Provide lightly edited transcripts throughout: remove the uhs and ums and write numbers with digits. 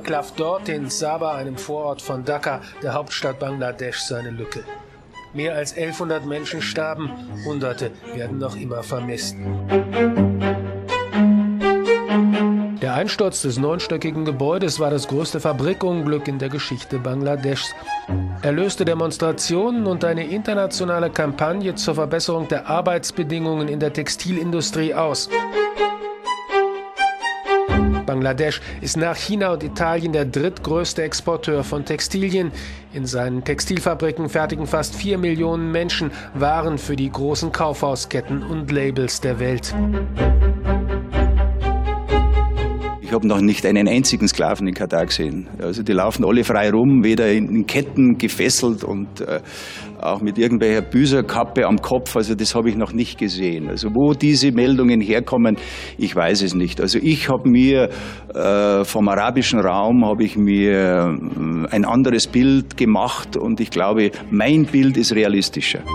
klafft dort in Sabha, einem Vorort von Dhaka, der Hauptstadt Bangladesch, seine Lücke. Mehr als 1100 Menschen starben, Hunderte werden noch immer vermisst. Der Einsturz des 9-stöckigen Gebäudes war das größte Fabrikunglück in der Geschichte Bangladeschs. Er löste Demonstrationen und eine internationale Kampagne zur Verbesserung der Arbeitsbedingungen in der Textilindustrie aus. Bangladesch ist nach China und Italien der drittgrößte Exporteur von Textilien. In seinen Textilfabriken fertigen fast 4 Millionen Menschen Waren für die großen Kaufhausketten und Labels der Welt. Ich habe noch nicht einen einzigen Sklaven in Katar gesehen. Also die laufen alle frei rum, weder in Ketten gefesselt und auch mit irgendwelcher Büßerkappe am Kopf. Also das habe ich noch nicht gesehen. Also wo diese Meldungen herkommen, ich weiß es nicht. Also ich habe mir vom arabischen Raum habe ich mir ein anderes Bild gemacht und ich glaube, mein Bild ist realistischer.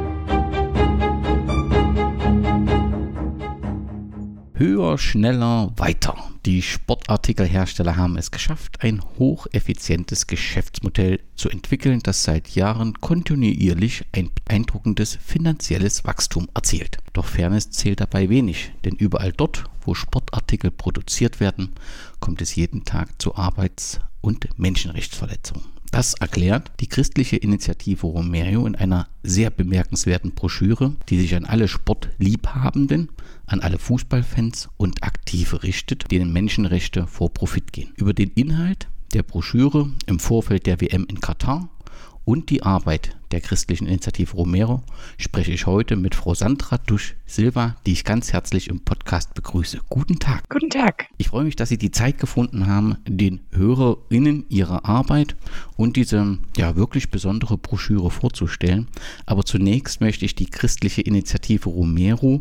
Höher, schneller, weiter. Die Sportartikelhersteller haben es geschafft, ein hocheffizientes Geschäftsmodell zu entwickeln, das seit Jahren kontinuierlich ein beeindruckendes finanzielles Wachstum erzielt. Doch Fairness zählt dabei wenig, denn überall dort, wo Sportartikel produziert werden, kommt es jeden Tag zu Arbeits- und Menschenrechtsverletzungen. Das erklärt die christliche Initiative Romero in einer sehr bemerkenswerten Broschüre, die sich an alle Sportliebhabenden, an alle Fußballfans und Aktive richtet, denen Menschenrechte vor Profit gehen. Über den Inhalt der Broschüre im Vorfeld der WM in Katar und die Arbeit der christlichen Initiative Romero spreche ich heute mit Frau Sandra Dusch-Silva, die ich ganz herzlich im Podcast begrüße. Guten Tag. Guten Tag. Ich freue mich, dass Sie die Zeit gefunden haben, den HörerInnen Ihre Arbeit und diese wirklich besondere Broschüre vorzustellen. Aber zunächst möchte ich die christliche Initiative Romero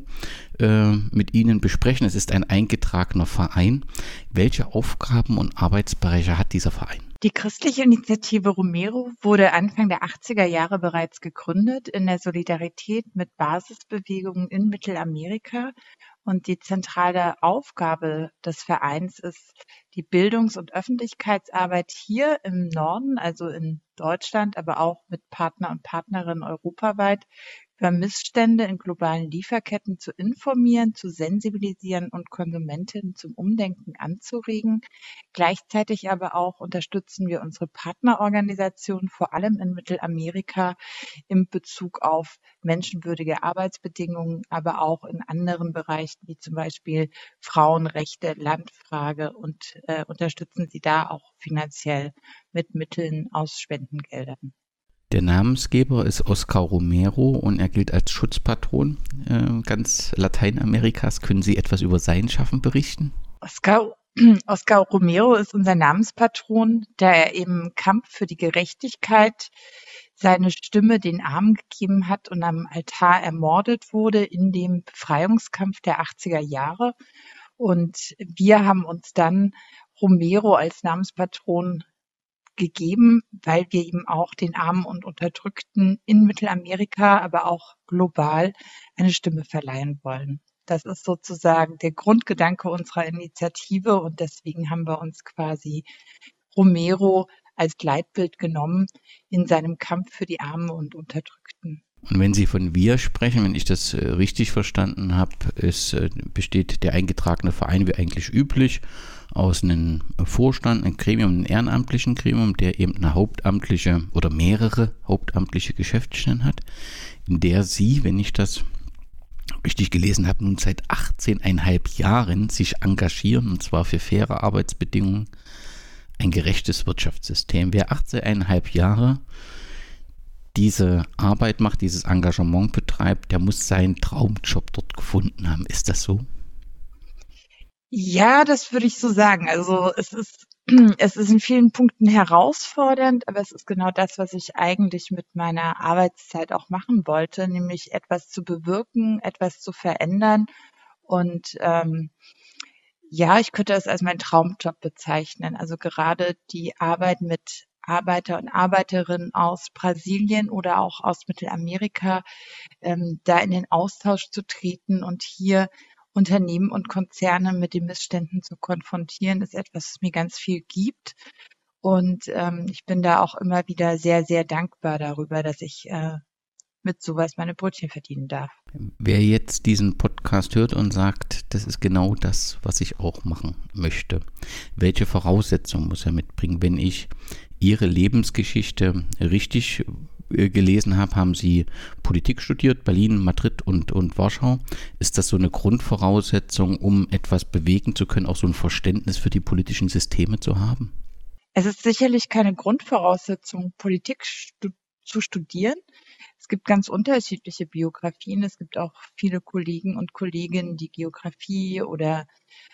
mit Ihnen besprechen. Es ist ein eingetragener Verein. Welche Aufgaben und Arbeitsbereiche hat dieser Verein? Die christliche Initiative Romero wurde Anfang der 80er Jahre bereits gegründet in der Solidarität mit Basisbewegungen in Mittelamerika. Und die zentrale Aufgabe des Vereins ist die Bildungs- und Öffentlichkeitsarbeit hier im Norden, also in Deutschland, aber auch mit Partner und Partnerinnen europaweit, über Missstände in globalen Lieferketten zu informieren, zu sensibilisieren und Konsumentinnen zum Umdenken anzuregen. Gleichzeitig aber auch unterstützen wir unsere Partnerorganisationen, vor allem in Mittelamerika, in Bezug auf menschenwürdige Arbeitsbedingungen, aber auch in anderen Bereichen, wie zum Beispiel Frauenrechte, Landfrage und unterstützen sie da auch finanziell mit Mitteln aus Spendengeldern. Der Namensgeber ist Oscar Romero und er gilt als Schutzpatron ganz Lateinamerikas. Können Sie etwas über sein Schaffen berichten? Oscar Romero ist unser Namenspatron, da er im Kampf für die Gerechtigkeit seine Stimme den Armen gegeben hat und am Altar ermordet wurde in dem Befreiungskampf der 80er Jahre. Und wir haben uns dann Romero als Namenspatron gegeben, weil wir ihm auch den Armen und Unterdrückten in Mittelamerika, aber auch global eine Stimme verleihen wollen. Das ist sozusagen der Grundgedanke unserer Initiative und deswegen haben wir uns quasi Romero als Leitbild genommen in seinem Kampf für die Armen und Unterdrückten. Und wenn Sie von wir sprechen, wenn ich das richtig verstanden habe, besteht der eingetragene Verein wie eigentlich üblich aus einem Vorstand, einem Gremium, einem ehrenamtlichen Gremium, der eben eine hauptamtliche oder mehrere hauptamtliche Geschäftsstellen hat, in der Sie, wenn ich das richtig gelesen habe, nun seit 18,5 Jahren sich engagieren, und zwar für faire Arbeitsbedingungen, ein gerechtes Wirtschaftssystem. Wer 18,5 Jahre diese Arbeit macht, dieses Engagement betreibt, der muss seinen Traumjob dort gefunden haben. Ist das so? Ja, das würde ich so sagen. Also es ist in vielen Punkten herausfordernd, aber es ist genau das, was ich eigentlich mit meiner Arbeitszeit auch machen wollte, nämlich etwas zu bewirken, etwas zu verändern. Und ich könnte es als meinen Traumjob bezeichnen. Also gerade die Arbeit mit Arbeiter und Arbeiterinnen aus Brasilien oder auch aus Mittelamerika, da in den Austausch zu treten und hier Unternehmen und Konzerne mit den Missständen zu konfrontieren, ist etwas, was mir ganz viel gibt. Und ich bin da auch immer wieder sehr, sehr dankbar darüber, dass ich mit sowas meine Brötchen verdienen darf. Wer jetzt diesen Podcast hört und sagt, das ist genau das, was ich auch machen möchte, welche Voraussetzungen muss er mitbringen? Wenn ich Ihre Lebensgeschichte richtig gelesen habe, haben Sie Politik studiert, Berlin, Madrid und Warschau. Ist das so eine Grundvoraussetzung, um etwas bewegen zu können, auch so ein Verständnis für die politischen Systeme zu haben? Es ist sicherlich keine Grundvoraussetzung, Politik zu studieren. Es gibt ganz unterschiedliche Biografien. Es gibt auch viele Kollegen und Kolleginnen, die Geografie oder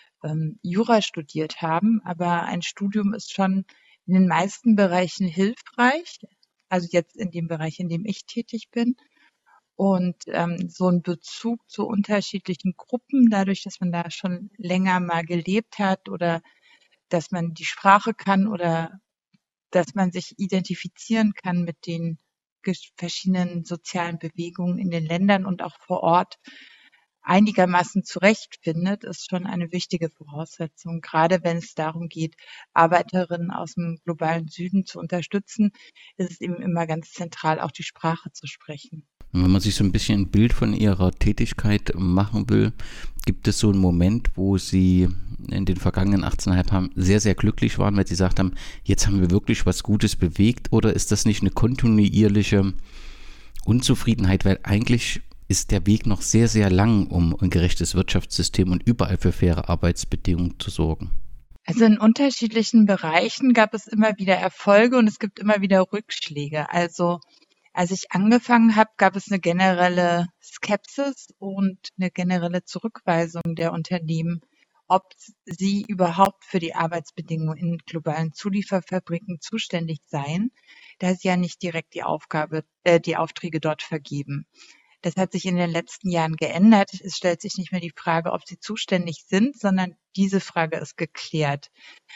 Jura studiert haben. Aber ein Studium ist schon in den meisten Bereichen hilfreich. Also jetzt in dem Bereich, in dem ich tätig bin. Und so ein Bezug zu unterschiedlichen Gruppen, dadurch, dass man da schon länger mal gelebt hat oder dass man die Sprache kann oder dass man sich identifizieren kann mit den verschiedenen sozialen Bewegungen in den Ländern und auch vor Ort einigermaßen zurechtfindet, ist schon eine wichtige Voraussetzung. Gerade wenn es darum geht, Arbeiterinnen aus dem globalen Süden zu unterstützen, ist es eben immer ganz zentral, auch die Sprache zu sprechen. Und wenn man sich so ein bisschen ein Bild von Ihrer Tätigkeit machen will, gibt es so einen Moment, wo Sie in den vergangenen 18,5 Jahren sehr, sehr glücklich waren, weil Sie gesagt haben, jetzt haben wir wirklich was Gutes bewegt, oder ist das nicht eine kontinuierliche Unzufriedenheit, weil eigentlich ist der Weg noch sehr, sehr lang, um ein gerechtes Wirtschaftssystem und überall für faire Arbeitsbedingungen zu sorgen? Also in unterschiedlichen Bereichen gab es immer wieder Erfolge und es gibt immer wieder Rückschläge. Also als ich angefangen habe, gab es eine generelle Skepsis und eine generelle Zurückweisung der Unternehmen, ob sie überhaupt für die Arbeitsbedingungen in globalen Zulieferfabriken zuständig seien, da sie ja nicht direkt die Aufträge dort vergeben. Das hat sich in den letzten Jahren geändert. Es stellt sich nicht mehr die Frage, ob sie zuständig sind, sondern diese Frage ist geklärt.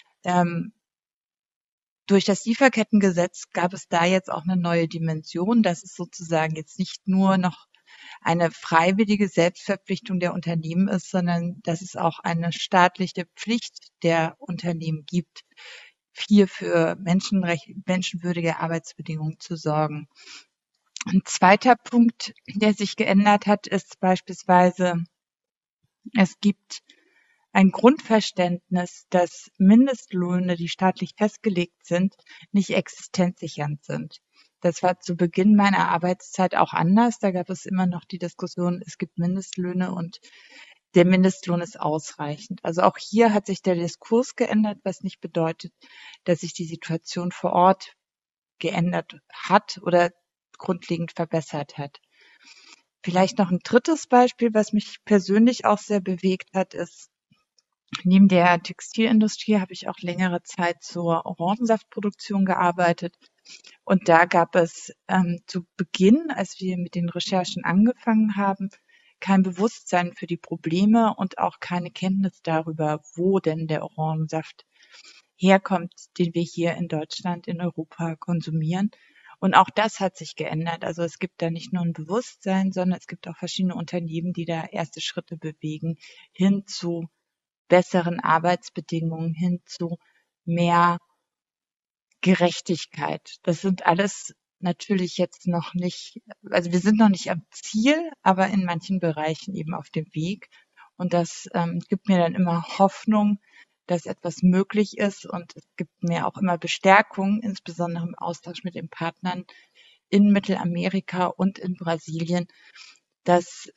Durch das Lieferkettengesetz gab es da jetzt auch eine neue Dimension, dass es sozusagen jetzt nicht nur noch eine freiwillige Selbstverpflichtung der Unternehmen ist, sondern dass es auch eine staatliche Pflicht der Unternehmen gibt, hier für menschenwürdige Arbeitsbedingungen zu sorgen. Ein zweiter Punkt, der sich geändert hat, ist beispielsweise, es gibt ein Grundverständnis, dass Mindestlöhne, die staatlich festgelegt sind, nicht existenzsichernd sind. Das war zu Beginn meiner Arbeitszeit auch anders. Da gab es immer noch die Diskussion, es gibt Mindestlöhne und der Mindestlohn ist ausreichend. Also auch hier hat sich der Diskurs geändert, was nicht bedeutet, dass sich die Situation vor Ort geändert hat oder grundlegend verbessert hat. Vielleicht noch ein drittes Beispiel, was mich persönlich auch sehr bewegt hat, ist, neben der Textilindustrie habe ich auch längere Zeit zur Orangensaftproduktion gearbeitet. Und da gab es zu Beginn, als wir mit den Recherchen angefangen haben, kein Bewusstsein für die Probleme und auch keine Kenntnis darüber, wo denn der Orangensaft herkommt, den wir hier in Deutschland, in Europa konsumieren. Und auch das hat sich geändert. Also es gibt da nicht nur ein Bewusstsein, sondern es gibt auch verschiedene Unternehmen, die da erste Schritte bewegen, hin zu besseren Arbeitsbedingungen, hin zu mehr Gerechtigkeit. Das sind alles natürlich jetzt noch nicht, also wir sind noch nicht am Ziel, aber in manchen Bereichen eben auf dem Weg. Und das gibt mir dann immer Hoffnung, dass etwas möglich ist, und es gibt mir auch immer Bestärkung, insbesondere im Austausch mit den Partnern in Mittelamerika und in Brasilien, dass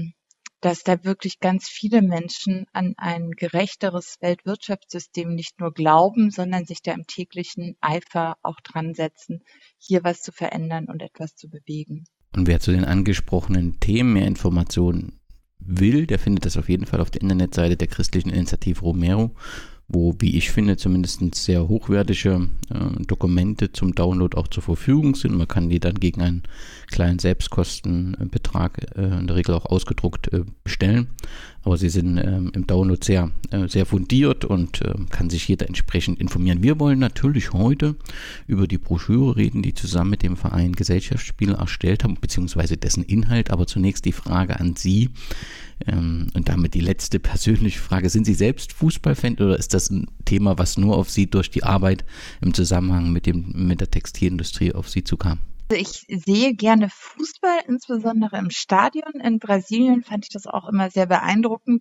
da wirklich ganz viele Menschen an ein gerechteres Weltwirtschaftssystem nicht nur glauben, sondern sich da im täglichen Eifer auch dran setzen, hier was zu verändern und etwas zu bewegen. Und wer zu den angesprochenen Themen mehr Informationen will, der findet das auf jeden Fall auf der Internetseite der Christlichen Initiative Romero. wo, wie ich finde, zumindest sehr hochwertige Dokumente zum Download auch zur Verfügung sind. Man kann die dann gegen einen kleinen Selbstkostenbetrag in der Regel auch ausgedruckt bestellen. Aber sie sind im Download sehr, sehr fundiert und kann sich jeder entsprechend informieren. Wir wollen natürlich heute über die Broschüre reden, die zusammen mit dem Verein Gesellschaftsspiele erstellt haben, beziehungsweise dessen Inhalt. Aber zunächst die Frage an Sie und damit die letzte persönliche Frage. Sind Sie selbst Fußballfan oder ist das ein Thema, was nur auf Sie durch die Arbeit im Zusammenhang mit der Textilindustrie auf Sie zukam? Also ich sehe gerne Fußball, insbesondere im Stadion. In Brasilien fand ich das auch immer sehr beeindruckend,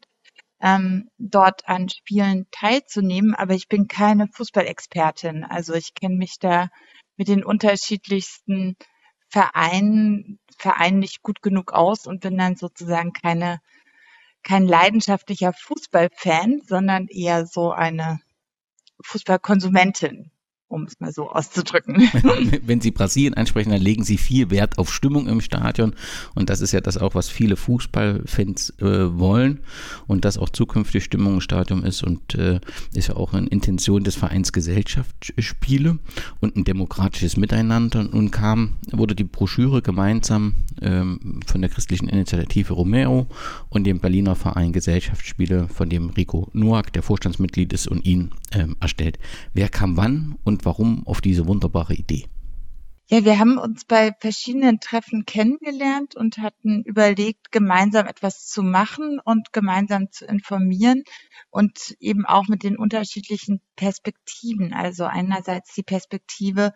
dort an Spielen teilzunehmen. Aber ich bin keine Fußballexpertin. Also ich kenne mich da mit den unterschiedlichsten Vereinen nicht gut genug aus und bin dann sozusagen kein leidenschaftlicher Fußballfan, sondern eher so eine Fußballkonsumentin, um es mal so auszudrücken. Wenn Sie Brasilien ansprechen, dann legen Sie viel Wert auf Stimmung im Stadion und das ist ja das auch, was viele Fußballfans wollen und dass auch zukünftig Stimmung im Stadion ist und ist ja auch eine Intention des Vereins Gesellschaftsspiele und ein demokratisches Miteinander. Nun wurde die Broschüre gemeinsam von der christlichen Initiative Romero und dem Berliner Verein Gesellschaftsspiele, von dem Rico Noack, der Vorstandsmitglied ist, und ihn erstellt. Wer kam wann und warum auf diese wunderbare Idee? Ja, wir haben uns bei verschiedenen Treffen kennengelernt und hatten überlegt, gemeinsam etwas zu machen und gemeinsam zu informieren und eben auch mit den unterschiedlichen Perspektiven. Also einerseits die Perspektive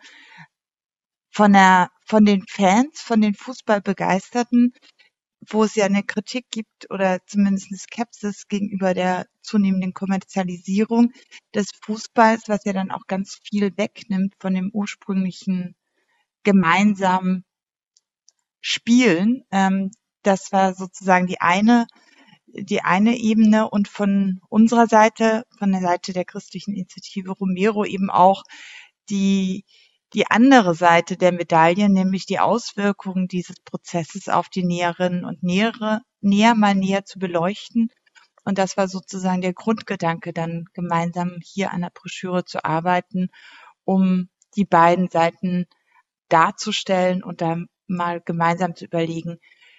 von den Fans, von den Fußballbegeisterten, wo es ja eine Kritik gibt oder zumindest eine Skepsis gegenüber der zunehmenden Kommerzialisierung des Fußballs, was ja dann auch ganz viel wegnimmt von dem ursprünglichen gemeinsamen Spielen. Das war sozusagen die eine Ebene und von unserer Seite, von der Seite der christlichen Initiative Romero eben auch die andere Seite der Medaille, nämlich die Auswirkungen dieses Prozesses auf die Näherinnen und näher zu beleuchten. Und das war sozusagen der Grundgedanke, dann gemeinsam hier an der Broschüre zu arbeiten, um die beiden Seiten darzustellen und dann mal gemeinsam zu überlegen,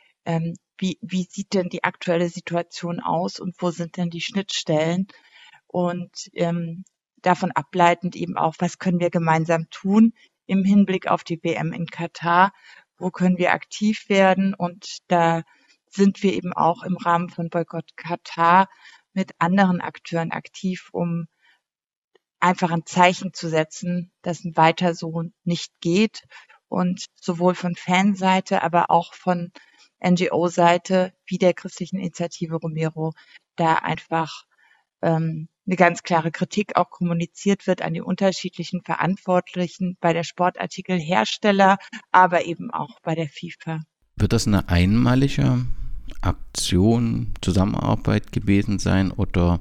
wie sieht denn die aktuelle Situation aus und wo sind denn die Schnittstellen? Und davon ableitend eben auch, was können wir gemeinsam tun im Hinblick auf die WM in Katar, wo können wir aktiv werden, und da sind wir eben auch im Rahmen von Boykott Katar mit anderen Akteuren aktiv, um einfach ein Zeichen zu setzen, dass ein weiter so nicht geht, und sowohl von Fanseite, aber auch von NGO-Seite wie der christlichen Initiative Romero da einfach eine ganz klare Kritik auch kommuniziert wird an die unterschiedlichen Verantwortlichen bei der Sportartikelhersteller, aber eben auch bei der FIFA. Wird das eine einmalige Aktion, Zusammenarbeit gewesen sein oder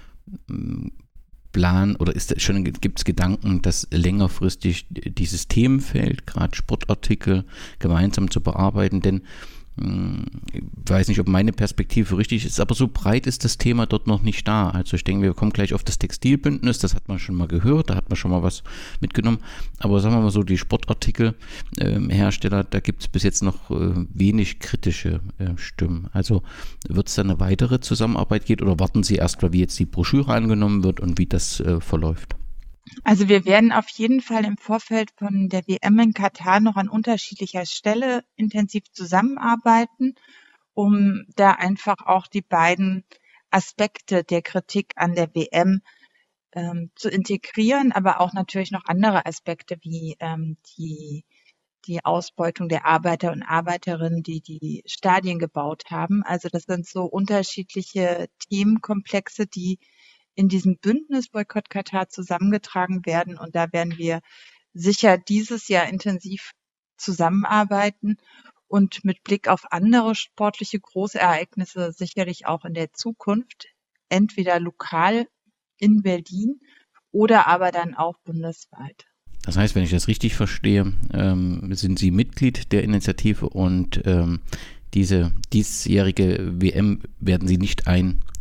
Plan, oder gibt es Gedanken, dass längerfristig dieses Themenfeld, gerade Sportartikel, gemeinsam zu bearbeiten? Denn ich weiß nicht, ob meine Perspektive richtig ist, aber so breit ist das Thema dort noch nicht da. Also ich denke, wir kommen gleich auf das Textilbündnis, das hat man schon mal gehört, da hat man schon mal was mitgenommen. Aber sagen wir mal so, die Sportartikelhersteller, da gibt es bis jetzt noch wenig kritische Stimmen. Also wird es da eine weitere Zusammenarbeit geben oder warten Sie erst mal, wie jetzt die Broschüre angenommen wird und wie das verläuft? Also wir werden auf jeden Fall im Vorfeld von der WM in Katar noch an unterschiedlicher Stelle intensiv zusammenarbeiten, um da einfach auch die beiden Aspekte der Kritik an der WM zu integrieren, aber auch natürlich noch andere Aspekte wie die Ausbeutung der Arbeiter und Arbeiterinnen, die die Stadien gebaut haben. Also das sind so unterschiedliche Themenkomplexe, die in diesem Bündnis Boykott Katar zusammengetragen werden. Und da werden wir sicher dieses Jahr intensiv zusammenarbeiten und mit Blick auf andere sportliche Großereignisse sicherlich auch in der Zukunft, entweder lokal in Berlin oder aber dann auch bundesweit. Das heißt, wenn ich das richtig verstehe, sind Sie Mitglied der Initiative und diese diesjährige WM werden Sie nicht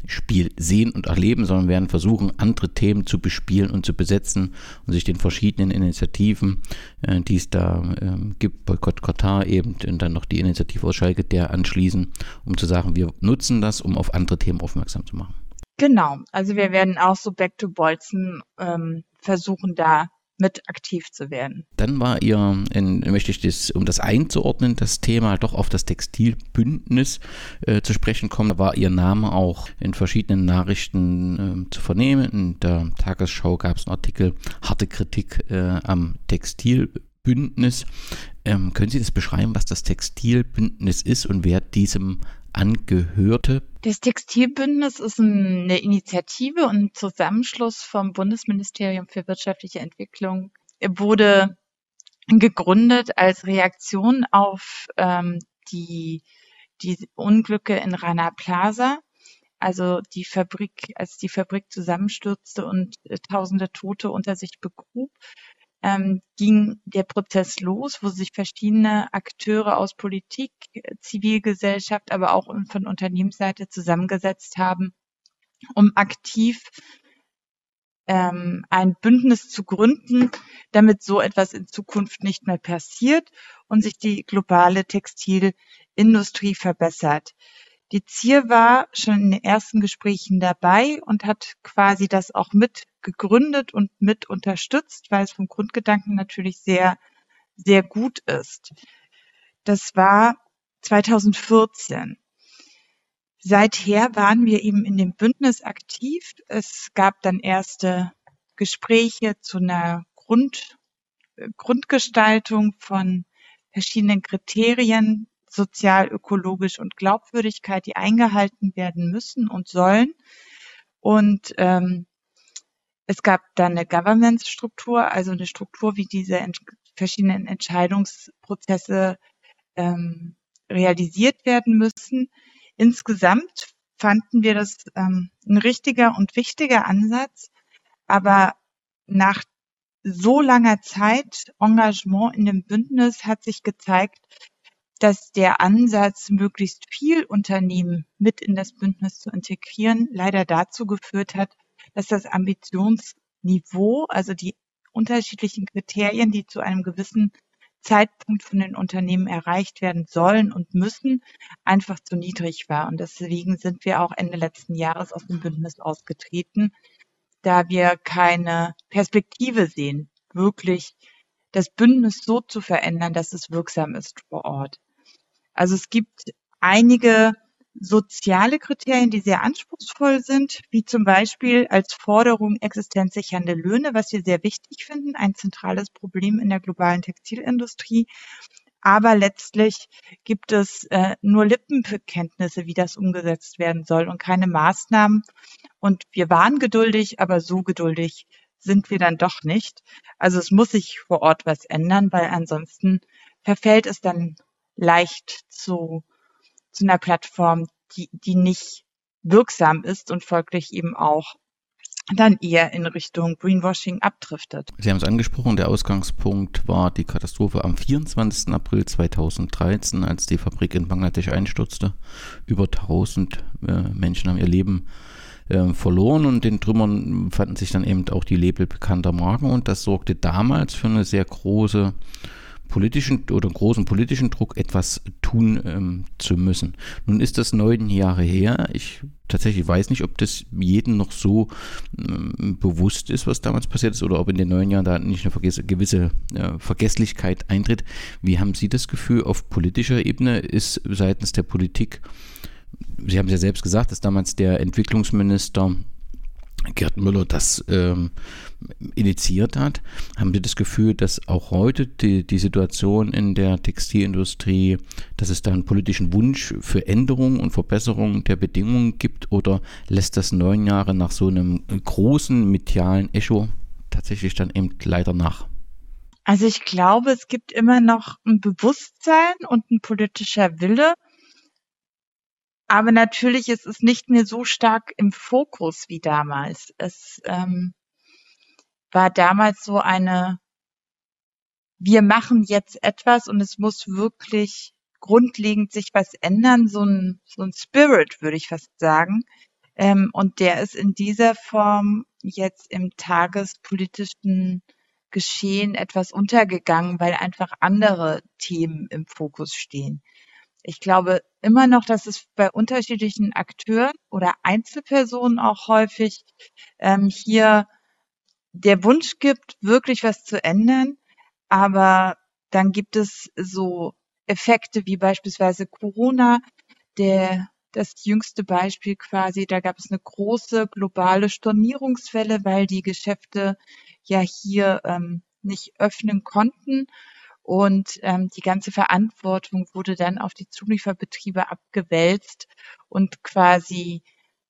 Spiel sehen und erleben, sondern werden versuchen, andere Themen zu bespielen und zu besetzen und sich den verschiedenen Initiativen, die es da gibt, Boykott Katar eben und dann noch die Initiative aus Schalke, der anschließen, um zu sagen, wir nutzen das, um auf andere Themen aufmerksam zu machen. Genau, also wir werden auch so Back to Bolzen versuchen, da mit aktiv zu werden. Dann war möchte ich das, um das einzuordnen, das Thema doch auf das Textilbündnis zu sprechen kommen. Da war Ihr Name auch in verschiedenen Nachrichten zu vernehmen. In der Tagesschau gab es einen Artikel, harte Kritik am Textilbündnis. Können Sie das beschreiben, was das Textilbündnis ist und wer diesem angehörte? Das Textilbündnis ist eine Initiative und ein Zusammenschluss vom Bundesministerium für wirtschaftliche Entwicklung. Er wurde gegründet als Reaktion auf die Unglücke in Rana Plaza, also die Fabrik, als die Fabrik zusammenstürzte und tausende Tote unter sich begrub, ging der Prozess los, wo sich verschiedene Akteure aus Politik, Zivilgesellschaft, aber auch von Unternehmensseite zusammengesetzt haben, um aktiv ein Bündnis zu gründen, damit so etwas in Zukunft nicht mehr passiert und sich die globale Textilindustrie verbessert. Die ZIR war schon in den ersten Gesprächen dabei und hat quasi das auch mit gegründet und mit unterstützt, weil es vom Grundgedanken natürlich sehr, sehr gut ist. Das war 2014. Seither waren wir eben in dem Bündnis aktiv. Es gab dann erste Gespräche zu einer Grundgestaltung von verschiedenen Kriterien, sozial, ökologisch und Glaubwürdigkeit, die eingehalten werden müssen und sollen. Und es gab dann eine Governance-Struktur, also eine Struktur, wie diese verschiedenen Entscheidungsprozesse realisiert werden müssen. Insgesamt fanden wir das ein richtiger und wichtiger Ansatz, aber nach so langer Zeit Engagement in dem Bündnis hat sich gezeigt, dass der Ansatz, möglichst viel Unternehmen mit in das Bündnis zu integrieren, leider dazu geführt hat, dass das Ambitionsniveau, also die unterschiedlichen Kriterien, die zu einem gewissen Zeitpunkt von den Unternehmen erreicht werden sollen und müssen, einfach zu niedrig war. Und deswegen sind wir auch Ende letzten Jahres aus dem Bündnis ausgetreten, da wir keine Perspektive sehen, wirklich das Bündnis so zu verändern, dass es wirksam ist vor Ort. Also es gibt einige soziale Kriterien, die sehr anspruchsvoll sind, wie zum Beispiel als Forderung existenzsichernde Löhne, was wir sehr wichtig finden, ein zentrales Problem in der globalen Textilindustrie. Aber letztlich gibt es nur Lippenbekenntnisse, wie das umgesetzt werden soll und keine Maßnahmen. Und wir waren geduldig, aber so geduldig sind wir dann doch nicht. Also es muss sich vor Ort was ändern, weil ansonsten verfällt es dann leicht zu einer Plattform, die nicht wirksam ist und folglich eben auch dann eher in Richtung Greenwashing abdriftet. Sie haben es angesprochen, der Ausgangspunkt war die Katastrophe am 24. April 2013, als die Fabrik in Bangladesch einstürzte. Über 1000 Menschen haben ihr Leben verloren und den Trümmern fanden sich dann eben auch die Label bekannter Marken und das sorgte damals für eine sehr großen politischen Druck, etwas tun zu müssen. Nun ist das 9 Jahre her. Ich tatsächlich weiß nicht, ob das jedem noch so bewusst ist, was damals passiert ist, oder ob in den 9 Jahren da nicht eine gewisse Vergesslichkeit eintritt. Wie haben Sie das Gefühl, auf politischer Ebene ist seitens der Politik, Sie haben es ja selbst gesagt, dass damals der Entwicklungsminister Gerd Müller das initiiert hat. Haben Sie das Gefühl, dass auch heute die Situation in der Textilindustrie, dass es da einen politischen Wunsch für Änderungen und Verbesserungen der Bedingungen gibt, oder lässt das 9 Jahre nach so einem großen medialen Echo tatsächlich dann eben leider nach? Also ich glaube, es gibt immer noch ein Bewusstsein und ein politischer Wille, aber natürlich ist es nicht mehr so stark im Fokus wie damals. Es war damals so wir machen jetzt etwas und es muss wirklich grundlegend sich was ändern, so ein Spirit, würde ich fast sagen, Und der ist in dieser Form jetzt im tagespolitischen Geschehen etwas untergegangen, weil einfach andere Themen im Fokus stehen. Ich glaube immer noch, dass es bei unterschiedlichen Akteuren oder Einzelpersonen auch häufig hier der Wunsch gibt, wirklich was zu ändern, aber dann gibt es so Effekte wie beispielsweise Corona, das jüngste Beispiel quasi, da gab es eine große globale Stornierungswelle, weil die Geschäfte ja hier nicht öffnen konnten und die ganze Verantwortung wurde dann auf die Zulieferbetriebe abgewälzt und quasi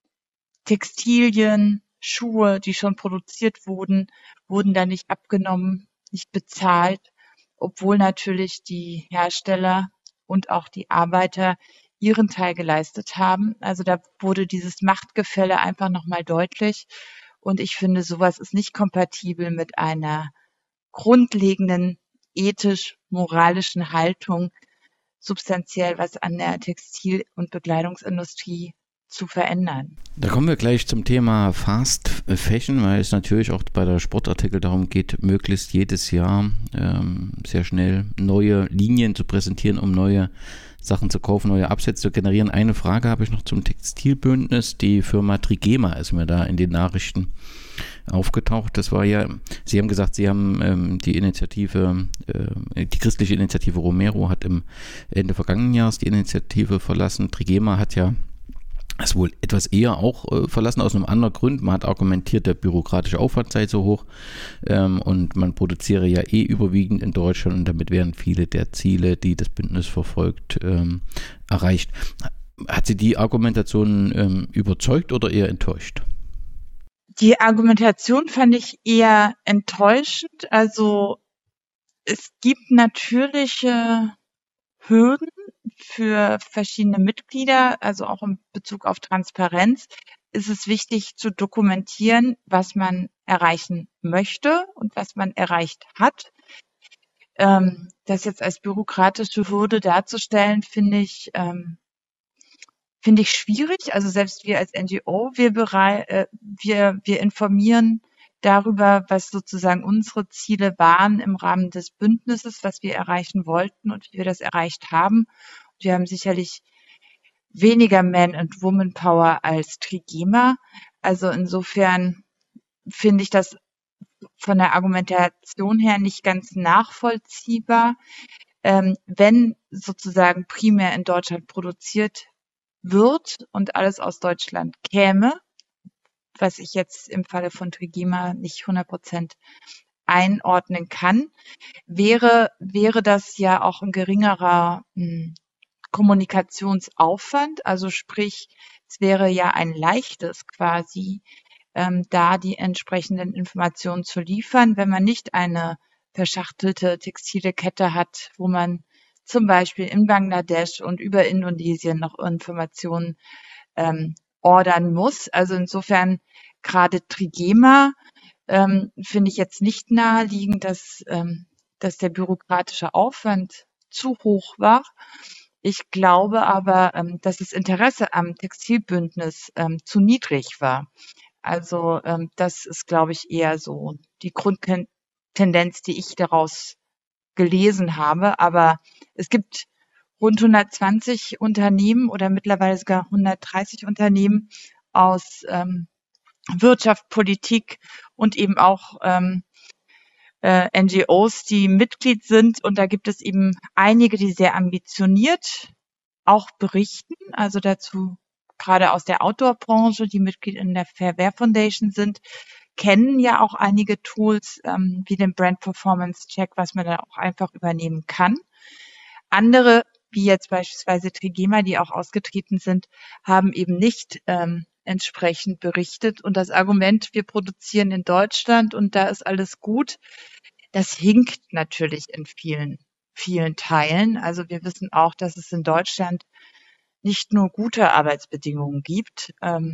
Textilien, Schuhe, die schon produziert wurden dann nicht abgenommen, nicht bezahlt, obwohl natürlich die Hersteller und auch die Arbeiter ihren Teil geleistet haben. Also da wurde dieses Machtgefälle einfach nochmal deutlich. Und ich finde, sowas ist nicht kompatibel mit einer grundlegenden ethisch-moralischen Haltung, substanziell was an der Textil- und Bekleidungsindustrie zu verändern. Da kommen wir gleich zum Thema Fast Fashion, weil es natürlich auch bei der Sportartikel darum geht, möglichst jedes Jahr sehr schnell neue Linien zu präsentieren, um neue Sachen zu kaufen, neue Absätze zu generieren. Eine Frage habe ich noch zum Textilbündnis. Die Firma Trigema ist mir da in den Nachrichten aufgetaucht. Das war ja, Sie haben gesagt, Sie haben die Initiative, die christliche Initiative Romero hat im Ende vergangenen Jahres die Initiative verlassen. Trigema hat ja das wohl etwas eher auch verlassen, aus einem anderen Grund. Man hat argumentiert, der bürokratische Aufwand sei so hoch und man produziere ja überwiegend in Deutschland und damit wären viele der Ziele, die das Bündnis verfolgt, erreicht. Hat Sie die Argumentation überzeugt oder eher enttäuscht? Die Argumentation fand ich eher enttäuschend. Also es gibt natürliche Hürden für verschiedene Mitglieder, also auch in Bezug auf Transparenz, ist es wichtig zu dokumentieren, was man erreichen möchte und was man erreicht hat. Das jetzt als bürokratische Hürde darzustellen, finde ich schwierig. Also selbst wir als NGO, wir informieren darüber, was sozusagen unsere Ziele waren im Rahmen des Bündnisses, was wir erreichen wollten und wie wir das erreicht haben. Wir haben sicherlich weniger Man- und Woman-Power als Trigema. Also insofern finde ich das von der Argumentation her nicht ganz nachvollziehbar. Wenn sozusagen primär in Deutschland produziert wird und alles aus Deutschland käme, was ich jetzt im Falle von Trigema nicht 100% einordnen kann, wäre das ja auch ein geringerer Kommunikationsaufwand. Also sprich, es wäre ja ein leichtes quasi, da die entsprechenden Informationen zu liefern, wenn man nicht eine verschachtelte textile Kette hat, wo man zum Beispiel in Bangladesch und über Indonesien noch Informationen ordern muss. Also insofern gerade Trigema finde ich jetzt nicht naheliegend, dass der bürokratische Aufwand zu hoch war. Ich glaube aber, dass das Interesse am Textilbündnis zu niedrig war. Also das ist, glaube ich, eher so die Grundtendenz, die ich daraus gelesen habe. Aber es gibt rund 120 Unternehmen oder mittlerweile sogar 130 Unternehmen aus Wirtschaft, Politik und eben auch NGOs, die Mitglied sind. Und da gibt es eben einige, die sehr ambitioniert auch berichten, also dazu gerade aus der Outdoor-Branche, die Mitglied in der Fair Wear Foundation sind, kennen ja auch einige Tools wie den Brand Performance Check, was man da auch einfach übernehmen kann. Andere, wie jetzt beispielsweise Trigema, die auch ausgetreten sind, haben eben nicht entsprechend berichtet. Und das Argument, wir produzieren in Deutschland und da ist alles gut, das hinkt natürlich in vielen Teilen. Also wir wissen auch, dass es in Deutschland nicht nur gute Arbeitsbedingungen gibt.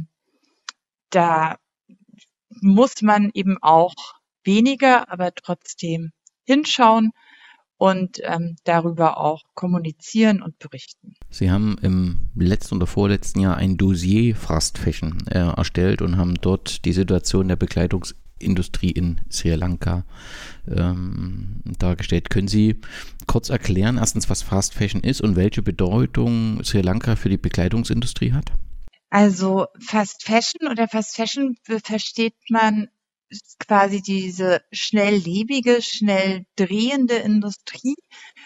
Da muss man eben auch weniger, aber trotzdem hinschauen und darüber auch kommunizieren und berichten. Sie haben im letzten oder vorletzten Jahr ein Dossier Fast Fashion erstellt und haben dort die Situation der Bekleidungsindustrie in Sri Lanka dargestellt. Können Sie kurz erklären, erstens, was Fast Fashion ist und welche Bedeutung Sri Lanka für die Bekleidungsindustrie hat? Also Fast Fashion oder Fast Fashion versteht man quasi diese schnelllebige, schnell drehende Industrie,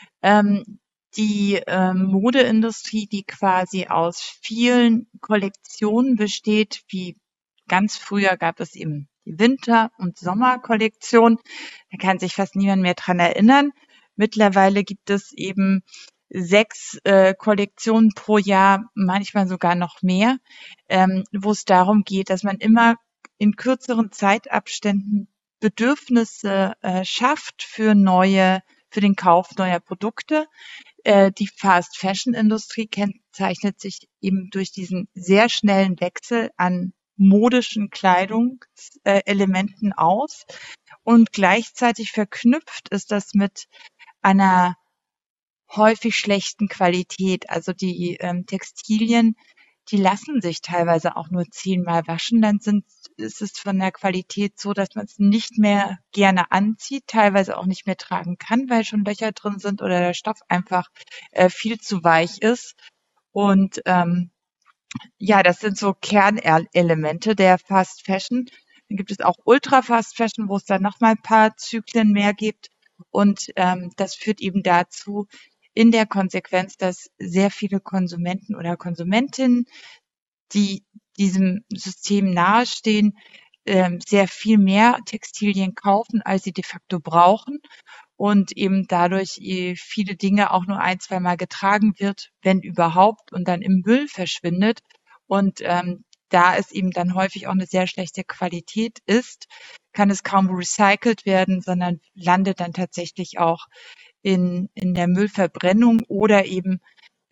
die Modeindustrie, die quasi aus vielen Kollektionen besteht, wie ganz früher gab es eben die Winter- und Sommerkollektion. Da kann sich fast niemand mehr dran erinnern. Mittlerweile gibt es eben 6 Kollektionen pro Jahr, manchmal sogar noch mehr, wo es darum geht, dass man immer in kürzeren Zeitabständen Bedürfnisse schafft für den Kauf neuer Produkte. Die Fast-Fashion-Industrie kennzeichnet sich eben durch diesen sehr schnellen Wechsel an modischen Kleidungselementen aus und gleichzeitig verknüpft ist das mit einer häufig schlechten Qualität. Also die Textilien, die lassen sich teilweise auch nur 10-mal waschen, dann ist es von der Qualität so, dass man es nicht mehr gerne anzieht, teilweise auch nicht mehr tragen kann, weil schon Löcher drin sind oder der Stoff einfach viel zu weich ist. Und ja, das sind so Kernelemente der Fast Fashion. Dann gibt es auch Ultra Fast Fashion, wo es dann nochmal ein paar Zyklen mehr gibt. Und das führt eben dazu, in der Konsequenz, dass sehr viele Konsumenten oder Konsumentinnen, die diesem System nahestehen, sehr viel mehr Textilien kaufen, als sie de facto brauchen und eben dadurch viele Dinge auch nur 1-2 Mal getragen wird, wenn überhaupt, und dann im Müll verschwindet. Und da es eben dann häufig auch eine sehr schlechte Qualität ist, kann es kaum recycelt werden, sondern landet dann tatsächlich auch in der Müllverbrennung oder eben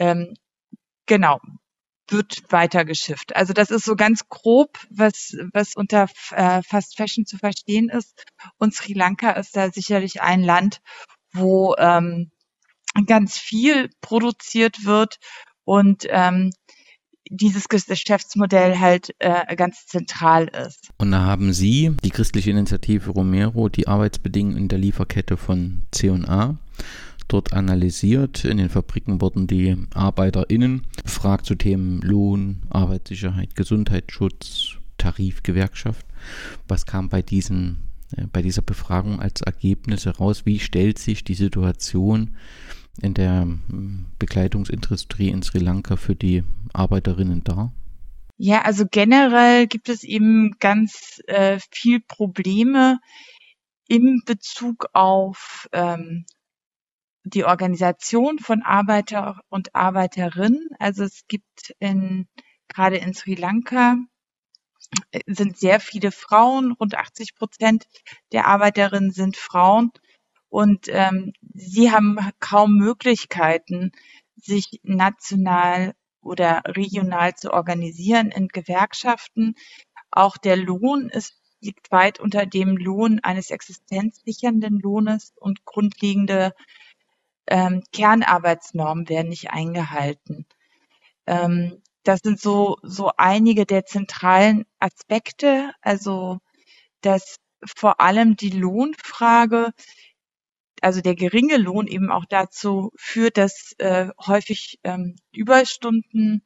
wird weitergeschifft. Also das ist so ganz grob, was unter Fast Fashion zu verstehen ist. Und Sri Lanka ist da sicherlich ein Land, wo ganz viel produziert wird und dieses Geschäftsmodell halt ganz zentral ist. Und da haben Sie, die christliche Initiative Romero, die Arbeitsbedingungen in der Lieferkette von C&A dort analysiert. In den Fabriken wurden die ArbeiterInnen befragt zu Themen Lohn, Arbeitssicherheit, Gesundheitsschutz, Tarif, Gewerkschaft. Was kam bei dieser Befragung als Ergebnis heraus? Wie stellt sich die Situation in der Bekleidungsindustrie in Sri Lanka für die Arbeiterinnen dar? Ja, also generell gibt es eben ganz viel Probleme in Bezug auf die Organisation von Arbeiter und Arbeiterinnen. Also es gibt gerade in Sri Lanka sind sehr viele Frauen, rund 80% der Arbeiterinnen sind Frauen und sie haben kaum Möglichkeiten, sich national oder regional zu organisieren in Gewerkschaften. Auch der Lohn liegt weit unter dem Lohn eines existenzsichernden Lohnes und grundlegende Kernarbeitsnormen werden nicht eingehalten. Das sind so einige der zentralen Aspekte, also dass vor allem die Lohnfrage, also der geringe Lohn eben auch dazu führt, dass häufig Überstunden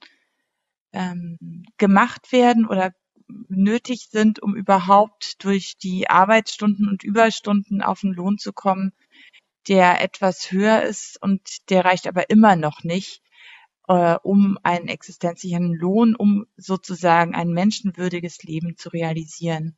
gemacht werden oder nötig sind, um überhaupt durch die Arbeitsstunden und Überstunden auf den Lohn zu kommen, der etwas höher ist, und der reicht aber immer noch nicht, um einen existenzsichernden Lohn, um sozusagen ein menschenwürdiges Leben zu realisieren.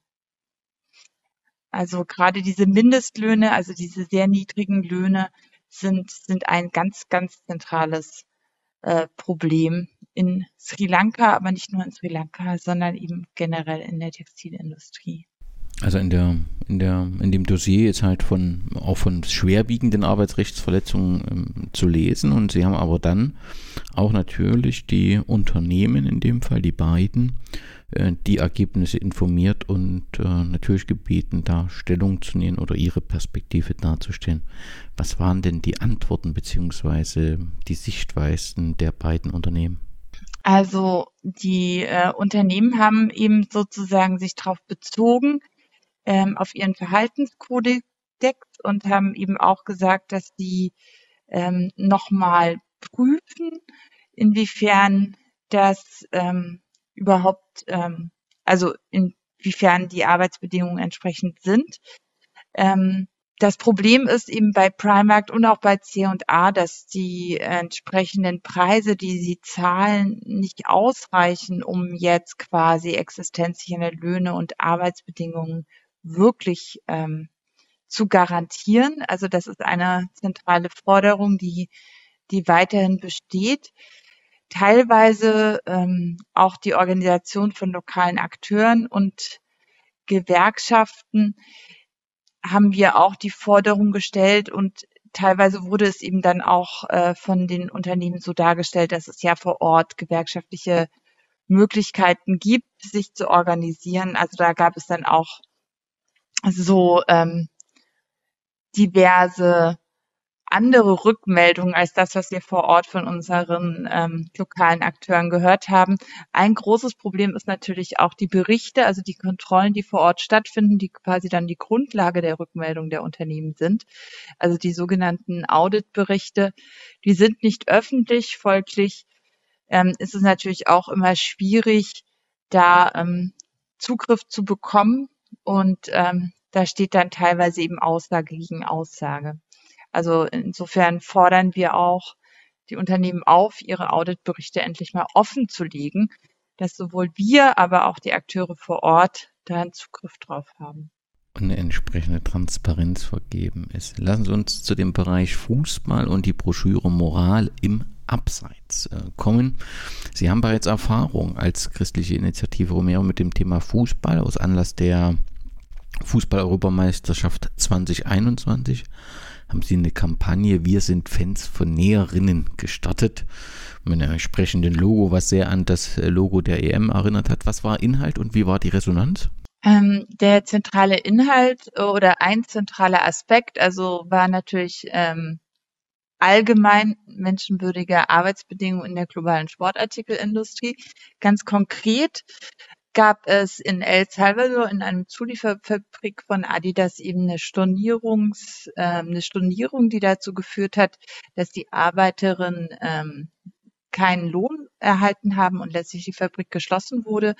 Also gerade diese Mindestlöhne, also diese sehr niedrigen Löhne sind ein ganz, ganz zentrales Problem in Sri Lanka, aber nicht nur in Sri Lanka, sondern eben generell in der Textilindustrie. Also in dem Dossier ist halt auch von schwerwiegenden Arbeitsrechtsverletzungen zu lesen, und Sie haben aber dann auch natürlich die Unternehmen, in dem Fall die beiden, die Ergebnisse informiert und natürlich gebeten, da Stellung zu nehmen oder ihre Perspektive darzustellen. Was waren denn die Antworten bzw. die Sichtweisen der beiden Unternehmen? Also die Unternehmen haben eben sozusagen sich darauf bezogen, auf ihren Verhaltenskodex und haben eben auch gesagt, dass sie nochmal prüfen, inwiefern das überhaupt, also inwiefern die Arbeitsbedingungen entsprechend sind. Das Problem ist eben bei Primark und auch bei C&A, dass die entsprechenden Preise, die sie zahlen, nicht ausreichen, um jetzt quasi existenzsichernde Löhne und Arbeitsbedingungen wirklich zu garantieren. Also das ist eine zentrale Forderung, die weiterhin besteht. Teilweise auch die Organisation von lokalen Akteuren und Gewerkschaften haben wir auch die Forderung gestellt und teilweise wurde es eben dann auch von den Unternehmen so dargestellt, dass es ja vor Ort gewerkschaftliche Möglichkeiten gibt, sich zu organisieren. Also da gab es dann auch so diverse andere Rückmeldungen als das, was wir vor Ort von unseren lokalen Akteuren gehört haben. Ein großes Problem ist natürlich auch die Berichte, also die Kontrollen, die vor Ort stattfinden, die quasi dann die Grundlage der Rückmeldung der Unternehmen sind. Also die sogenannten Auditberichte, die sind nicht öffentlich, folglich ist es natürlich auch immer schwierig, da Zugriff zu bekommen und da steht dann teilweise eben Aussage gegen Aussage. Also insofern fordern wir auch die Unternehmen auf, ihre Auditberichte endlich mal offen zu legen, dass sowohl wir, aber auch die Akteure vor Ort da einen Zugriff drauf haben. Und eine entsprechende Transparenz vergeben ist. Lassen Sie uns zu dem Bereich Fußball und die Broschüre Moral im Abseits kommen. Sie haben bereits Erfahrung als christliche Initiative Romero mit dem Thema Fußball aus Anlass der Fußball-Europameisterschaft 2021. Haben Sie eine Kampagne Wir sind Fans von Näherinnen gestartet mit einem entsprechenden Logo, was sehr an das Logo der EM erinnert hat. Was war Inhalt und wie war die Resonanz? Der zentrale Inhalt oder ein zentraler Aspekt, also war natürlich allgemein menschenwürdige Arbeitsbedingungen in der globalen Sportartikelindustrie. Ganz konkret gab es in El Salvador in einem Zulieferfabrik von Adidas eben eine Stornierung, die dazu geführt hat, dass die Arbeiterinnen keinen Lohn erhalten haben und letztlich die Fabrik geschlossen wurde.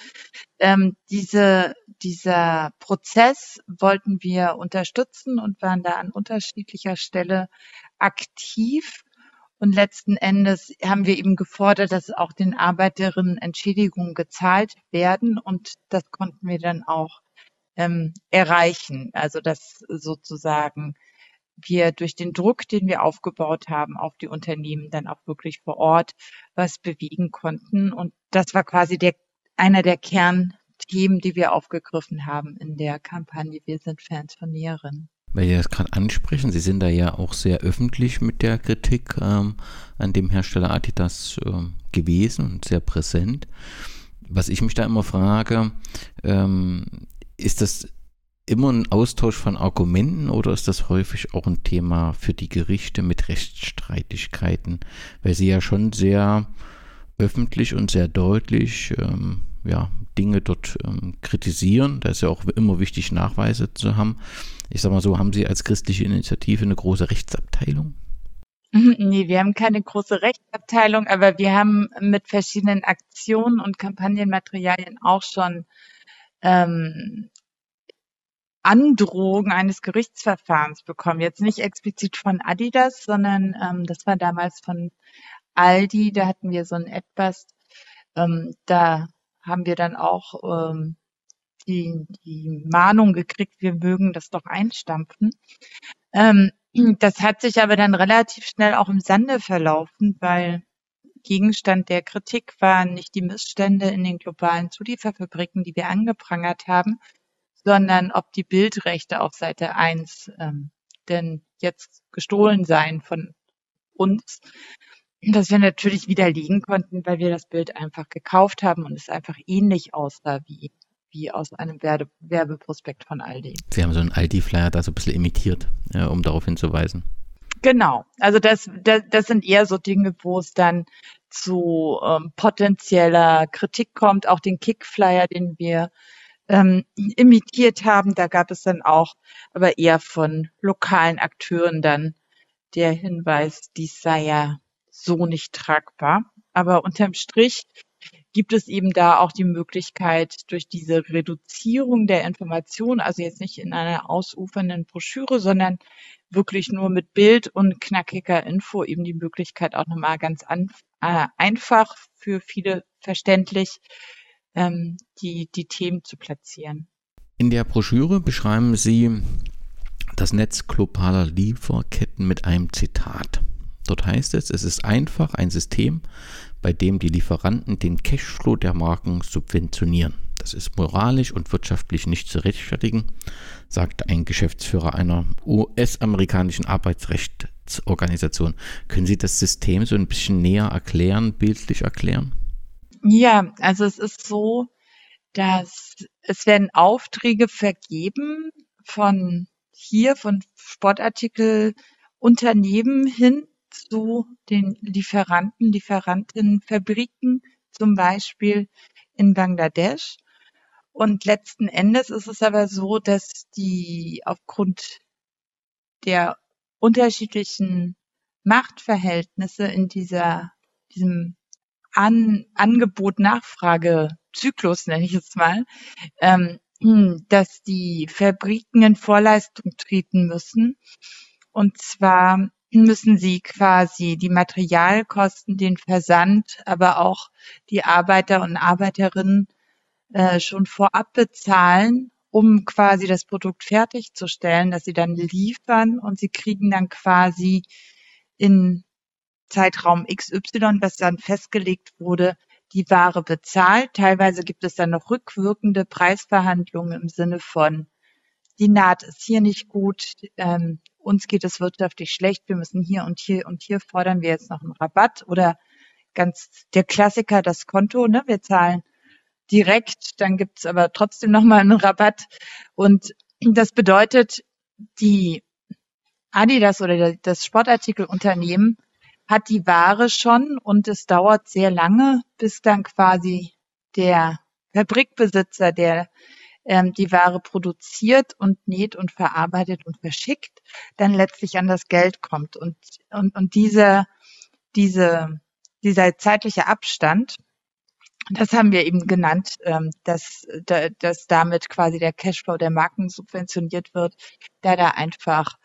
Dieser Prozess wollten wir unterstützen und waren da an unterschiedlicher Stelle aktiv. Und letzten Endes haben wir eben gefordert, dass auch den Arbeiterinnen Entschädigungen gezahlt werden. Und das konnten wir dann auch erreichen. Also dass sozusagen wir durch den Druck, den wir aufgebaut haben auf die Unternehmen, dann auch wirklich vor Ort was bewegen konnten. Und das war quasi einer der Kernthemen, die wir aufgegriffen haben in der Kampagne Wir sind Fans von Näherinnen. Weil Sie das gerade ansprechen, Sie sind da ja auch sehr öffentlich mit der Kritik an dem Hersteller Adidas gewesen und sehr präsent. Was ich mich da immer frage, ist das immer ein Austausch von Argumenten oder ist das häufig auch ein Thema für die Gerichte mit Rechtsstreitigkeiten? Weil Sie ja schon sehr öffentlich und sehr deutlich Dinge dort kritisieren. Da ist ja auch immer wichtig, Nachweise zu haben. Ich sag mal so, haben Sie als christliche Initiative eine große Rechtsabteilung? Nee, wir haben keine große Rechtsabteilung, aber wir haben mit verschiedenen Aktionen und Kampagnenmaterialien auch schon Androhung eines Gerichtsverfahrens bekommen. Jetzt nicht explizit von Adidas, sondern das war damals von Aldi. Da hatten wir so ein etwas, da haben wir dann auch die Mahnung gekriegt, wir mögen das doch einstampfen. Das hat sich aber dann relativ schnell auch im Sande verlaufen, weil Gegenstand der Kritik waren nicht die Missstände in den globalen Zulieferfabriken, die wir angeprangert haben, sondern ob die Bildrechte auf Seite 1 denn jetzt gestohlen seien von uns. das wir natürlich widerlegen konnten, weil wir das Bild einfach gekauft haben und es einfach ähnlich aussah wie aus einem Werbeprospekt von Aldi. Sie haben so einen Aldi-Flyer da so ein bisschen imitiert, um darauf hinzuweisen. Genau, also das sind eher so Dinge, wo es dann zu potenzieller Kritik kommt. Auch den Kickflyer, den wir imitiert haben, da gab es dann auch, aber eher von lokalen Akteuren dann der Hinweis, dies sei ja so nicht tragbar. Aber unterm Strich gibt es eben da auch die Möglichkeit, durch diese Reduzierung der Information, also jetzt nicht in einer ausufernden Broschüre, sondern wirklich nur mit Bild und knackiger Info, eben die Möglichkeit auch nochmal ganz einfach für viele verständlich, die Themen zu platzieren. In der Broschüre beschreiben Sie das Netz globaler Lieferketten mit einem Zitat. Dort heißt es ist einfach ein System, bei dem die Lieferanten den Cashflow der Marken subventionieren. Das ist moralisch und wirtschaftlich nicht zu rechtfertigen, sagt ein Geschäftsführer einer US-amerikanischen Arbeitsrechtsorganisation. Können Sie das System so ein bisschen näher erklären, bildlich erklären? Ja, also es ist so, dass es werden Aufträge vergeben von Sportartikelunternehmen hin zu den Lieferanten, Lieferantinnen, Fabriken, zum Beispiel in Bangladesch. Und letzten Endes ist es aber so, dass die aufgrund der unterschiedlichen Machtverhältnisse in diesem Angebot-Nachfrage-Zyklus, nenne ich es mal, dass die Fabriken in Vorleistung treten müssen. Und zwar müssen sie quasi die Materialkosten, den Versand, aber auch die Arbeiter und Arbeiterinnen schon vorab bezahlen, um quasi das Produkt fertigzustellen, das sie dann liefern, und sie kriegen dann quasi in Zeitraum XY, was dann festgelegt wurde, die Ware bezahlt. Teilweise gibt es dann noch rückwirkende Preisverhandlungen im Sinne von, die Naht ist hier nicht gut, uns geht es wirtschaftlich schlecht, wir müssen hier und hier und hier fordern wir jetzt noch einen Rabatt, oder ganz der Klassiker, das Konto, ne? Wir zahlen direkt, dann gibt's aber trotzdem nochmal einen Rabatt. Und das bedeutet, die Adidas oder das Sportartikelunternehmen hat die Ware schon, und es dauert sehr lange, bis dann quasi der Fabrikbesitzer, der die Ware produziert und näht und verarbeitet und verschickt, dann letztlich an das Geld kommt. Und dieser zeitliche Abstand, das haben wir eben genannt, dass damit quasi der Cashflow der Marken subventioniert wird, da einfach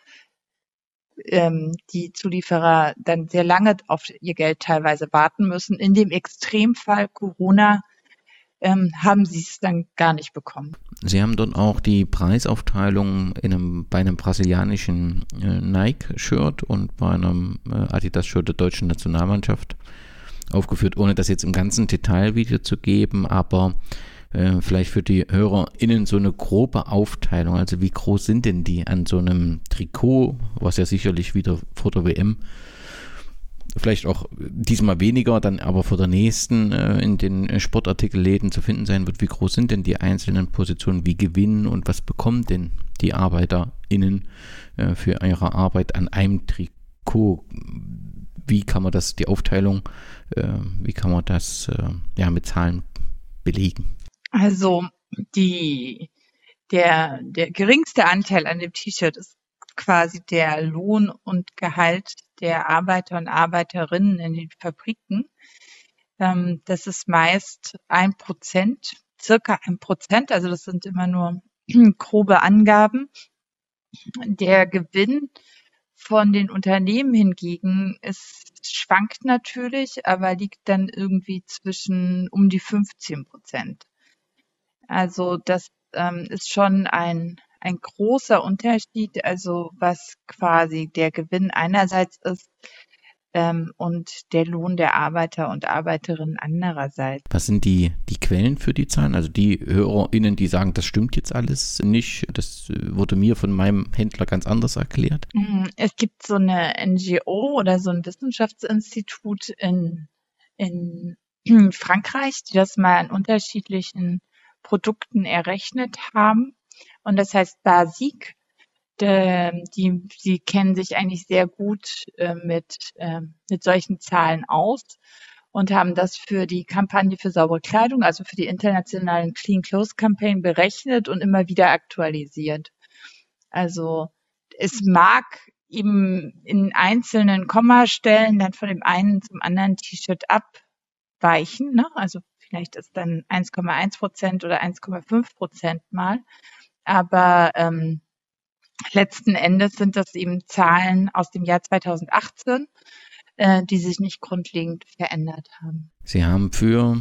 die Zulieferer dann sehr lange auf ihr Geld teilweise warten müssen. In dem Extremfall Corona haben sie es dann gar nicht bekommen. Sie haben dort auch die Preisaufteilung bei einem brasilianischen Nike-Shirt und bei einem Adidas-Shirt der deutschen Nationalmannschaft aufgeführt, ohne das jetzt im ganzen Detail wiederzugeben, aber vielleicht für die HörerInnen so eine grobe Aufteilung. Also wie groß sind denn die an so einem Trikot, was ja sicherlich wieder vor der WM vielleicht auch diesmal weniger, dann aber vor der nächsten in den Sportartikelläden zu finden sein wird. Wie groß sind denn die einzelnen Positionen? Wie gewinnen und was bekommen denn die ArbeiterInnen für ihre Arbeit an einem Trikot? Wie kann man das, die Aufteilung, wie kann man das mit Zahlen belegen? Also der geringste Anteil an dem T-Shirt ist quasi der Lohn und Gehalt der Arbeiter und Arbeiterinnen in den Fabriken. Das ist meist 1%, circa 1%, also das sind immer nur grobe Angaben. Der Gewinn von den Unternehmen hingegen schwankt natürlich, aber liegt dann irgendwie zwischen um die 15%. Also das ist schon ein großer Unterschied, also was quasi der Gewinn einerseits ist, und der Lohn der Arbeiter und Arbeiterinnen andererseits. Was sind die Quellen für die Zahlen? Also die HörerInnen, die sagen, das stimmt jetzt alles nicht, das wurde mir von meinem Händler ganz anders erklärt. Es gibt so eine NGO oder so ein Wissenschaftsinstitut in Frankreich, die das mal an unterschiedlichen Produkten errechnet haben. Und das heißt BASIQ. Sie kennen sich eigentlich sehr gut mit solchen Zahlen aus und haben das für die Kampagne für saubere Kleidung, also für die internationalen Clean Clothes Campaign berechnet und immer wieder aktualisiert. Also es mag eben in einzelnen Kommastellen dann von dem einen zum anderen T-Shirt abweichen, ne? Also vielleicht ist dann 1,1% oder 1,5% mal, aber letzten Endes sind das eben Zahlen aus dem Jahr 2018, die sich nicht grundlegend verändert haben. Sie haben für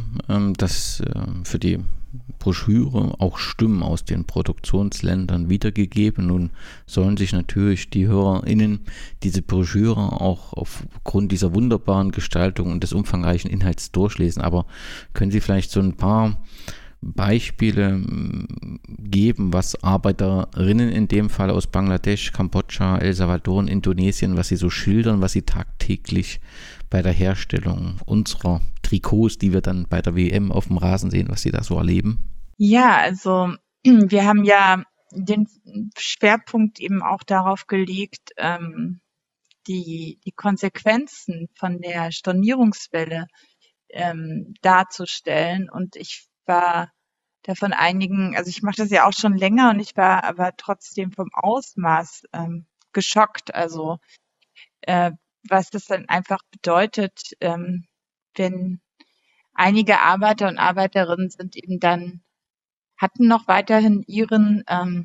die Broschüre auch Stimmen aus den Produktionsländern wiedergegeben. Nun sollen sich natürlich die HörerInnen diese Broschüre auch aufgrund dieser wunderbaren Gestaltung und des umfangreichen Inhalts durchlesen. Aber können Sie vielleicht so ein paar Beispiele geben, was Arbeiterinnen in dem Fall aus Bangladesch, Kambodscha, El Salvador und Indonesien, was sie so schildern, was sie tagtäglich bei der Herstellung unserer Trikots, die wir dann bei der WM auf dem Rasen sehen, was sie da so erleben? Ja, also wir haben ja den Schwerpunkt eben auch darauf gelegt, die Konsequenzen von der Stornierungswelle darzustellen. Und ich war da von einigen, also ich mache das ja auch schon länger und ich war aber trotzdem vom Ausmaß geschockt. Also was das dann einfach bedeutet, wenn einige Arbeiter und Arbeiterinnen sind eben dann, hatten noch weiterhin ihre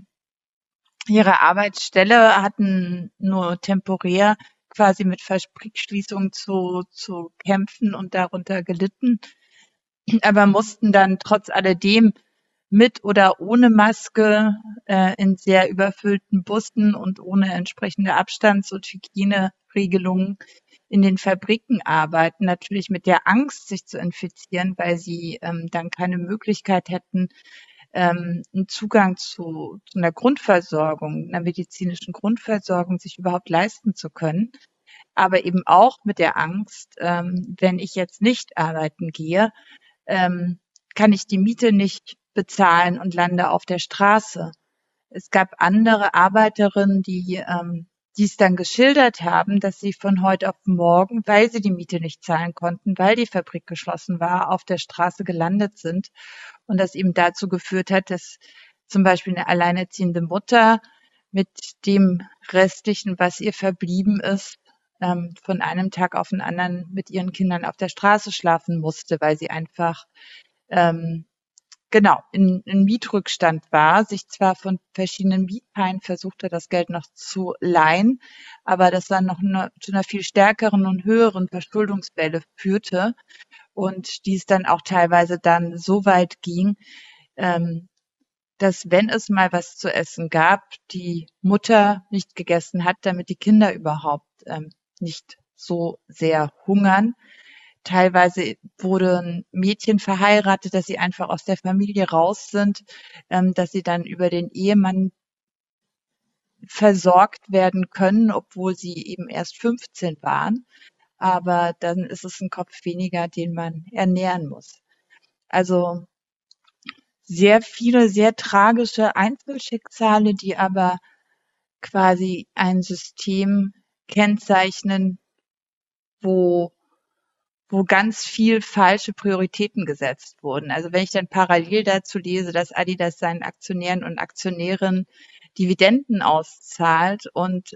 Arbeitsstelle, hatten nur temporär quasi mit Fabrikschließung zu kämpfen und darunter gelitten, aber mussten dann trotz alledem mit oder ohne Maske in sehr überfüllten Bussen und ohne entsprechende Abstands- und Hygieneregelungen in den Fabriken arbeiten, natürlich mit der Angst, sich zu infizieren, weil sie dann keine Möglichkeit hätten, einen Zugang zu einer Grundversorgung, einer medizinischen Grundversorgung sich überhaupt leisten zu können. Aber eben auch mit der Angst, wenn ich jetzt nicht arbeiten gehe, kann ich die Miete nicht bezahlen und lande auf der Straße. Es gab andere Arbeiterinnen, die es dann geschildert haben, dass sie von heute auf morgen, weil sie die Miete nicht zahlen konnten, weil die Fabrik geschlossen war, auf der Straße gelandet sind und das eben dazu geführt hat, dass zum Beispiel eine alleinerziehende Mutter mit dem Restlichen, was ihr verblieben ist, von einem Tag auf den anderen mit ihren Kindern auf der Straße schlafen musste, weil sie einfach in Mietrückstand war, sich zwar von verschiedenen Miethaien versuchte, das Geld noch zu leihen, aber das dann noch zu einer viel stärkeren und höheren Verschuldungswelle führte und dies dann auch teilweise dann so weit ging, dass, wenn es mal was zu essen gab, die Mutter nicht gegessen hat, damit die Kinder überhaupt nicht so sehr hungern. Teilweise wurden Mädchen verheiratet, dass sie einfach aus der Familie raus sind, dass sie dann über den Ehemann versorgt werden können, obwohl sie eben erst 15 waren. Aber dann ist es ein Kopf weniger, den man ernähren muss. Also sehr viele, sehr tragische Einzelschicksale, die aber quasi ein System kennzeichnen, wo ganz viel falsche Prioritäten gesetzt wurden. Also wenn ich dann parallel dazu lese, dass Adidas seinen Aktionären und Aktionärinnen Dividenden auszahlt und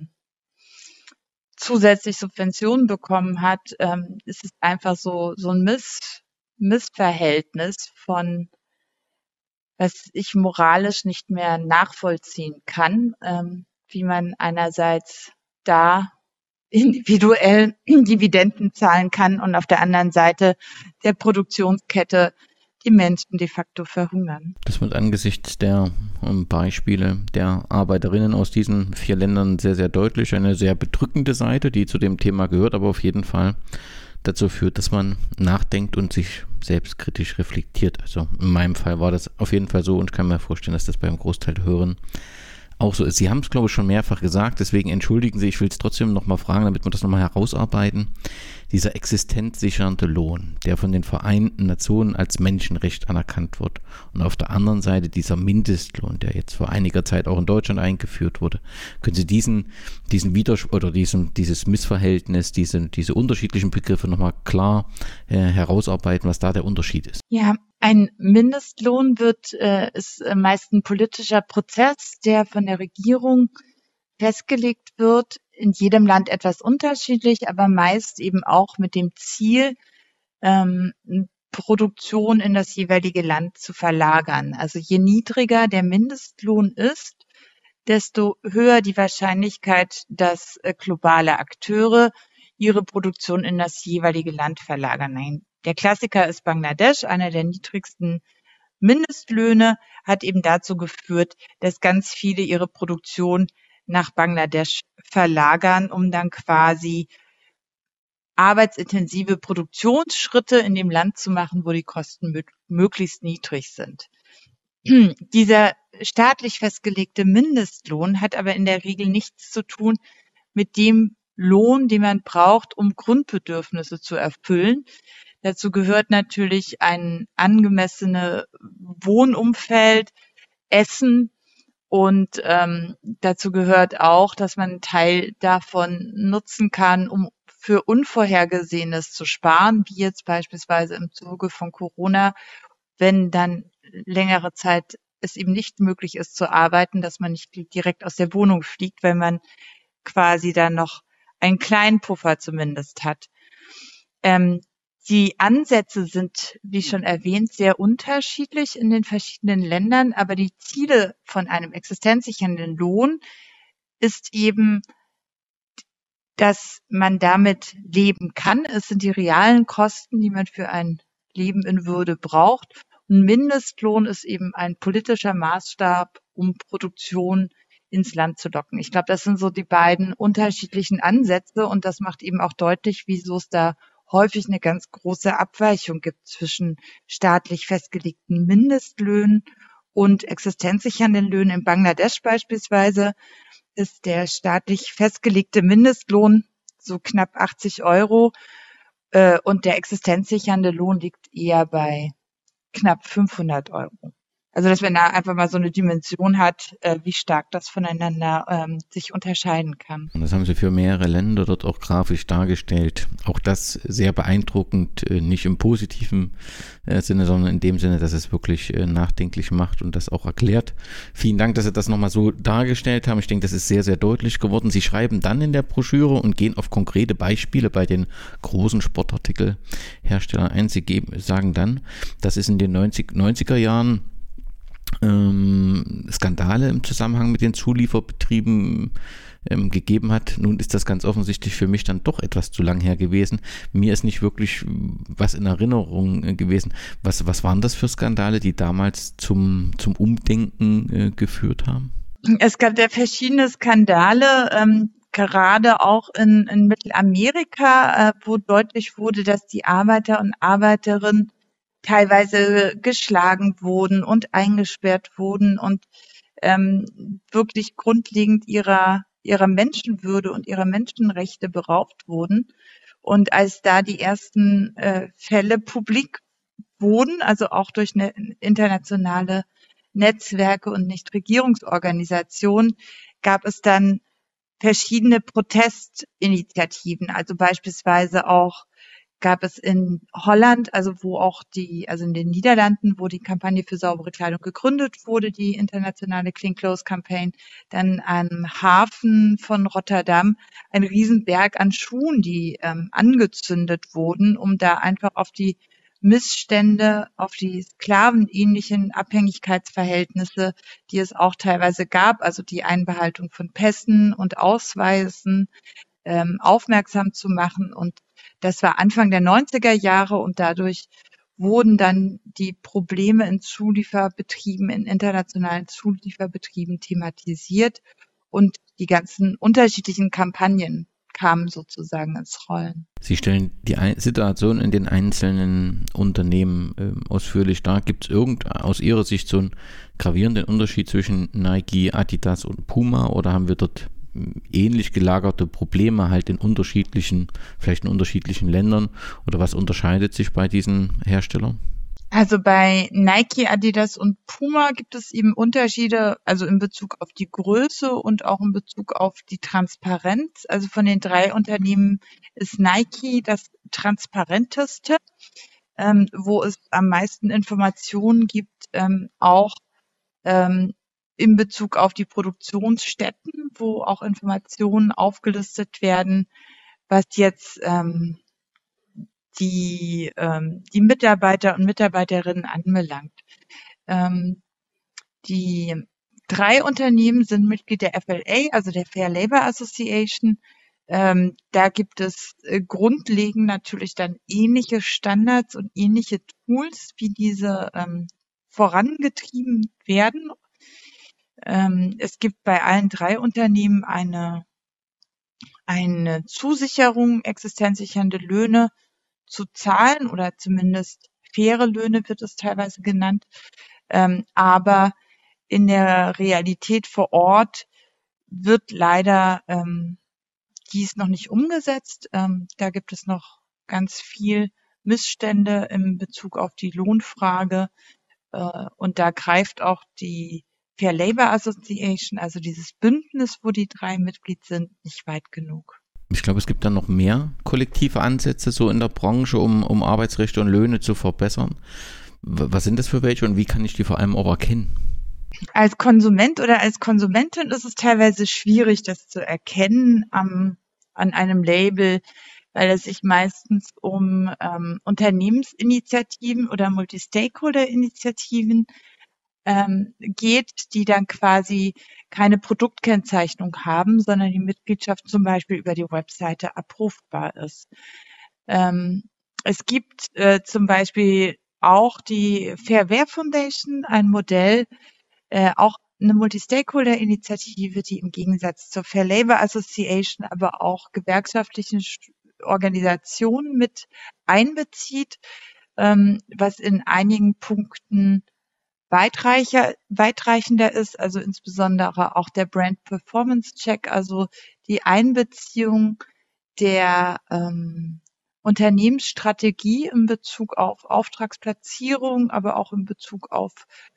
zusätzlich Subventionen bekommen hat, ist es einfach so ein Missverhältnis von, was ich moralisch nicht mehr nachvollziehen kann, wie man einerseits da individuell Dividenden zahlen kann und auf der anderen Seite der Produktionskette die Menschen de facto verhungern. Das wird angesichts der Beispiele der Arbeiterinnen aus diesen 4 Ländern sehr, sehr deutlich. Eine sehr bedrückende Seite, die zu dem Thema gehört, aber auf jeden Fall dazu führt, dass man nachdenkt und sich selbstkritisch reflektiert. Also in meinem Fall war das auf jeden Fall so und ich kann mir vorstellen, dass das beim Großteil der Hörerinnen auch so ist. Sie haben es, glaube ich, schon mehrfach gesagt, deswegen entschuldigen Sie, ich will es trotzdem nochmal fragen, damit wir das nochmal herausarbeiten. Dieser existenzsichernde Lohn, der von den Vereinten Nationen als Menschenrecht anerkannt wird und auf der anderen Seite dieser Mindestlohn, der jetzt vor einiger Zeit auch in Deutschland eingeführt wurde. Können Sie diesen Widerspruch oder dieses Missverhältnis, diese unterschiedlichen Begriffe nochmal klar herausarbeiten, was da der Unterschied ist? Ja, ein Mindestlohn ist meist ein politischer Prozess, der von der Regierung festgelegt wird, in jedem Land etwas unterschiedlich, aber meist eben auch mit dem Ziel, Produktion in das jeweilige Land zu verlagern. Also je niedriger der Mindestlohn ist, desto höher die Wahrscheinlichkeit, dass globale Akteure ihre Produktion in das jeweilige Land verlagern. Der Klassiker ist Bangladesch, einer der niedrigsten Mindestlöhne, hat eben dazu geführt, dass ganz viele ihre Produktion nach Bangladesch verlagern, um dann quasi arbeitsintensive Produktionsschritte in dem Land zu machen, wo die Kosten möglichst niedrig sind. Dieser staatlich festgelegte Mindestlohn hat aber in der Regel nichts zu tun mit dem Lohn, den man braucht, um Grundbedürfnisse zu erfüllen. Dazu gehört natürlich ein angemessenes Wohnumfeld, Essen und dazu gehört auch, dass man einen Teil davon nutzen kann, um für Unvorhergesehenes zu sparen, wie jetzt beispielsweise im Zuge von Corona, wenn dann längere Zeit es eben nicht möglich ist zu arbeiten, dass man nicht direkt aus der Wohnung fliegt, weil man quasi dann noch einen kleinen Puffer zumindest hat. Die Ansätze sind, wie schon erwähnt, sehr unterschiedlich in den verschiedenen Ländern, aber die Ziele von einem existenzsichernden Lohn ist eben, dass man damit leben kann. Es sind die realen Kosten, die man für ein Leben in Würde braucht. Und Mindestlohn ist eben ein politischer Maßstab, um Produktion ins Land zu locken. Ich glaube, das sind so die beiden unterschiedlichen Ansätze und das macht eben auch deutlich, wieso es da häufig eine ganz große Abweichung gibt zwischen staatlich festgelegten Mindestlöhnen und existenzsichernden Löhnen. In Bangladesch beispielsweise ist der staatlich festgelegte Mindestlohn so knapp 80 € und der existenzsichernde Lohn liegt eher bei knapp 500 €. Also dass man da einfach mal so eine Dimension hat, wie stark das voneinander sich unterscheiden kann. Und das haben Sie für mehrere Länder dort auch grafisch dargestellt. Auch das sehr beeindruckend, nicht im positiven Sinne, sondern in dem Sinne, dass es wirklich nachdenklich macht und das auch erklärt. Vielen Dank, dass Sie das nochmal so dargestellt haben. Ich denke, das ist sehr, sehr deutlich geworden. Sie schreiben dann in der Broschüre und gehen auf konkrete Beispiele bei den großen Sportartikelherstellern ein. Sie sagen dann, dass es in den 90er Jahren Skandale im Zusammenhang mit den Zulieferbetrieben gegeben hat. Nun ist das ganz offensichtlich für mich dann doch etwas zu lang her gewesen. Mir ist nicht wirklich was in Erinnerung gewesen. Was waren das für Skandale, die damals zum Umdenken geführt haben? Es gab ja verschiedene Skandale, gerade auch in Mittelamerika, wo deutlich wurde, dass die Arbeiter und Arbeiterinnen teilweise geschlagen wurden und eingesperrt wurden und wirklich grundlegend ihrer Menschenwürde und ihrer Menschenrechte beraubt wurden. Und als da die ersten Fälle publik wurden, also auch durch internationale Netzwerke und Nichtregierungsorganisationen, gab es dann verschiedene Protestinitiativen, also beispielsweise auch gab es in Holland, also in den Niederlanden, wo die Kampagne für saubere Kleidung gegründet wurde, die internationale Clean Clothes Campaign, dann am Hafen von Rotterdam ein Riesenberg an Schuhen, die angezündet wurden, um da einfach auf die Missstände, auf die sklavenähnlichen Abhängigkeitsverhältnisse, die es auch teilweise gab, also die Einbehaltung von Pässen und Ausweisen, aufmerksam zu machen. Und das war Anfang der 90er Jahre und dadurch wurden dann die Probleme in internationalen Zulieferbetrieben thematisiert und die ganzen unterschiedlichen Kampagnen kamen sozusagen ins Rollen. Sie stellen die Situation in den einzelnen Unternehmen ausführlich dar. Gibt es aus Ihrer Sicht so einen gravierenden Unterschied zwischen Nike, Adidas und Puma, oder haben wir dort ähnlich gelagerte Probleme halt vielleicht in unterschiedlichen Ländern, oder was unterscheidet sich bei diesen Herstellern? Also bei Nike, Adidas und Puma gibt es eben Unterschiede, also in Bezug auf die Größe und auch in Bezug auf die Transparenz. Also von den 3 Unternehmen ist Nike das transparenteste, wo es am meisten Informationen gibt, auch in Bezug auf die Produktionsstätten, wo auch Informationen aufgelistet werden, was jetzt die Mitarbeiter und Mitarbeiterinnen anbelangt. Die 3 Unternehmen sind Mitglied der FLA, also der Fair Labor Association. Da gibt es grundlegend natürlich dann ähnliche Standards und ähnliche Tools, wie diese vorangetrieben werden. Es gibt bei allen 3 Unternehmen eine Zusicherung, existenzsichernde Löhne zu zahlen, oder zumindest faire Löhne wird es teilweise genannt. Aber in der Realität vor Ort wird leider dies noch nicht umgesetzt. Da gibt es noch ganz viel Missstände in Bezug auf die Lohnfrage. Und da greift auch die Fair Labor Association, also dieses Bündnis, wo die 3 Mitglied sind, nicht weit genug. Ich glaube, es gibt dann noch mehr kollektive Ansätze so in der Branche, um Arbeitsrechte und Löhne zu verbessern. Was sind das für welche und wie kann ich die vor allem auch erkennen? Als Konsument oder als Konsumentin ist es teilweise schwierig, das zu erkennen an einem Label, weil es sich meistens um Unternehmensinitiativen oder Multi-Stakeholder-Initiativen geht, die dann quasi keine Produktkennzeichnung haben, sondern die Mitgliedschaft zum Beispiel über die Webseite abrufbar ist. Es gibt zum Beispiel auch die Fair Foundation, ein Modell, auch eine Multi-Stakeholder-Initiative, die im Gegensatz zur Fair Labor Association aber auch gewerkschaftliche Organisationen mit einbezieht, was in einigen Punkten weitreichender ist, also insbesondere auch der Brand Performance Check, also die Einbeziehung der Unternehmensstrategie in Bezug auf Auftragsplatzierung, aber auch in Bezug auf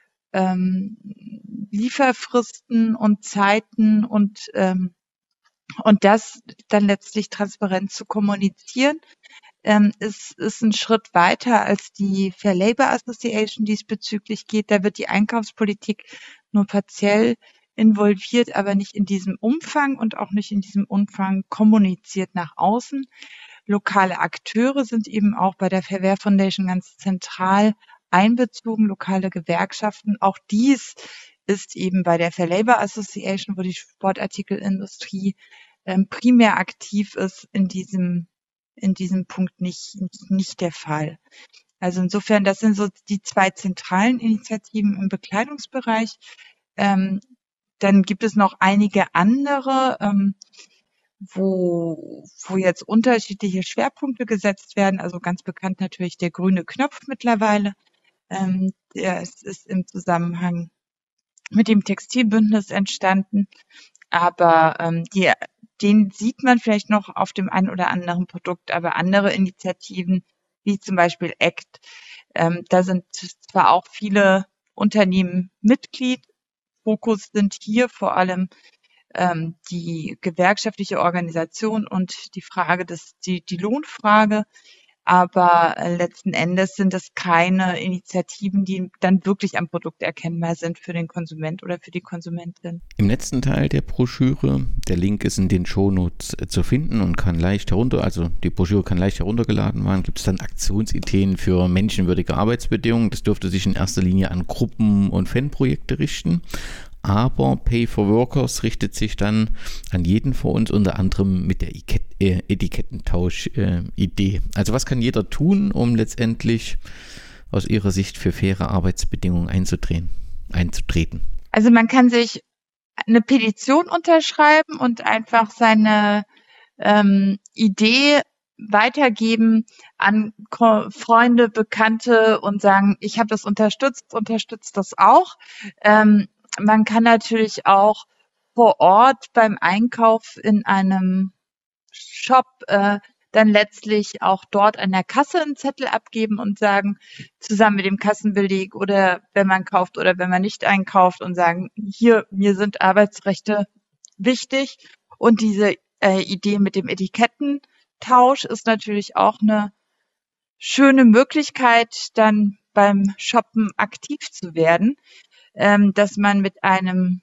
Lieferfristen und Zeiten und das dann letztlich transparent zu kommunizieren. Ist ein Schritt weiter als die Fair Labor Association diesbezüglich geht. Da wird die Einkaufspolitik nur partiell involviert, aber nicht in diesem Umfang und auch nicht in diesem Umfang kommuniziert nach außen. Lokale Akteure sind eben auch bei der Fair Foundation ganz zentral einbezogen, lokale Gewerkschaften. Auch dies ist eben bei der Fair Labor Association, wo die Sportartikelindustrie primär aktiv ist, in diesem Punkt nicht der Fall. Also insofern, das sind so die 2 zentralen Initiativen im Bekleidungsbereich. Dann gibt es noch einige andere, wo jetzt unterschiedliche Schwerpunkte gesetzt werden. Also ganz bekannt natürlich der grüne Knopf mittlerweile. Der ist im Zusammenhang mit dem Textilbündnis entstanden. Aber den sieht man vielleicht noch auf dem einen oder anderen Produkt, aber andere Initiativen, wie zum Beispiel ACT, da sind zwar auch viele Unternehmen Mitglied, Fokus sind hier vor allem die gewerkschaftliche Organisation und die Frage die Lohnfrage, aber letzten Endes sind es keine Initiativen, die dann wirklich am Produkt erkennbar sind für den Konsument oder für die Konsumentin. Im letzten Teil der Broschüre, der Link ist in den Shownotes zu finden und die Broschüre kann leicht heruntergeladen werden, gibt es dann Aktionsideen für menschenwürdige Arbeitsbedingungen. Das dürfte sich in erster Linie an Gruppen und Fanprojekte richten. Aber Pay for Workers richtet sich dann an jeden von uns, unter anderem mit der Etikettentausch-Idee. Also was kann jeder tun, um letztendlich aus Ihrer Sicht für faire Arbeitsbedingungen einzutreten? Also man kann sich eine Petition unterschreiben und einfach seine Idee weitergeben an Freunde, Bekannte und sagen, ich habe das unterstützt das auch. Man kann natürlich auch vor Ort beim Einkauf in einem Shop dann letztlich auch dort an der Kasse einen Zettel abgeben und sagen, zusammen mit dem Kassenbeleg oder wenn man kauft oder wenn man nicht einkauft und sagen, hier, mir sind Arbeitsrechte wichtig. Und diese Idee mit dem Etikettentausch ist natürlich auch eine schöne Möglichkeit, dann beim Shoppen aktiv zu werden, dass man mit einem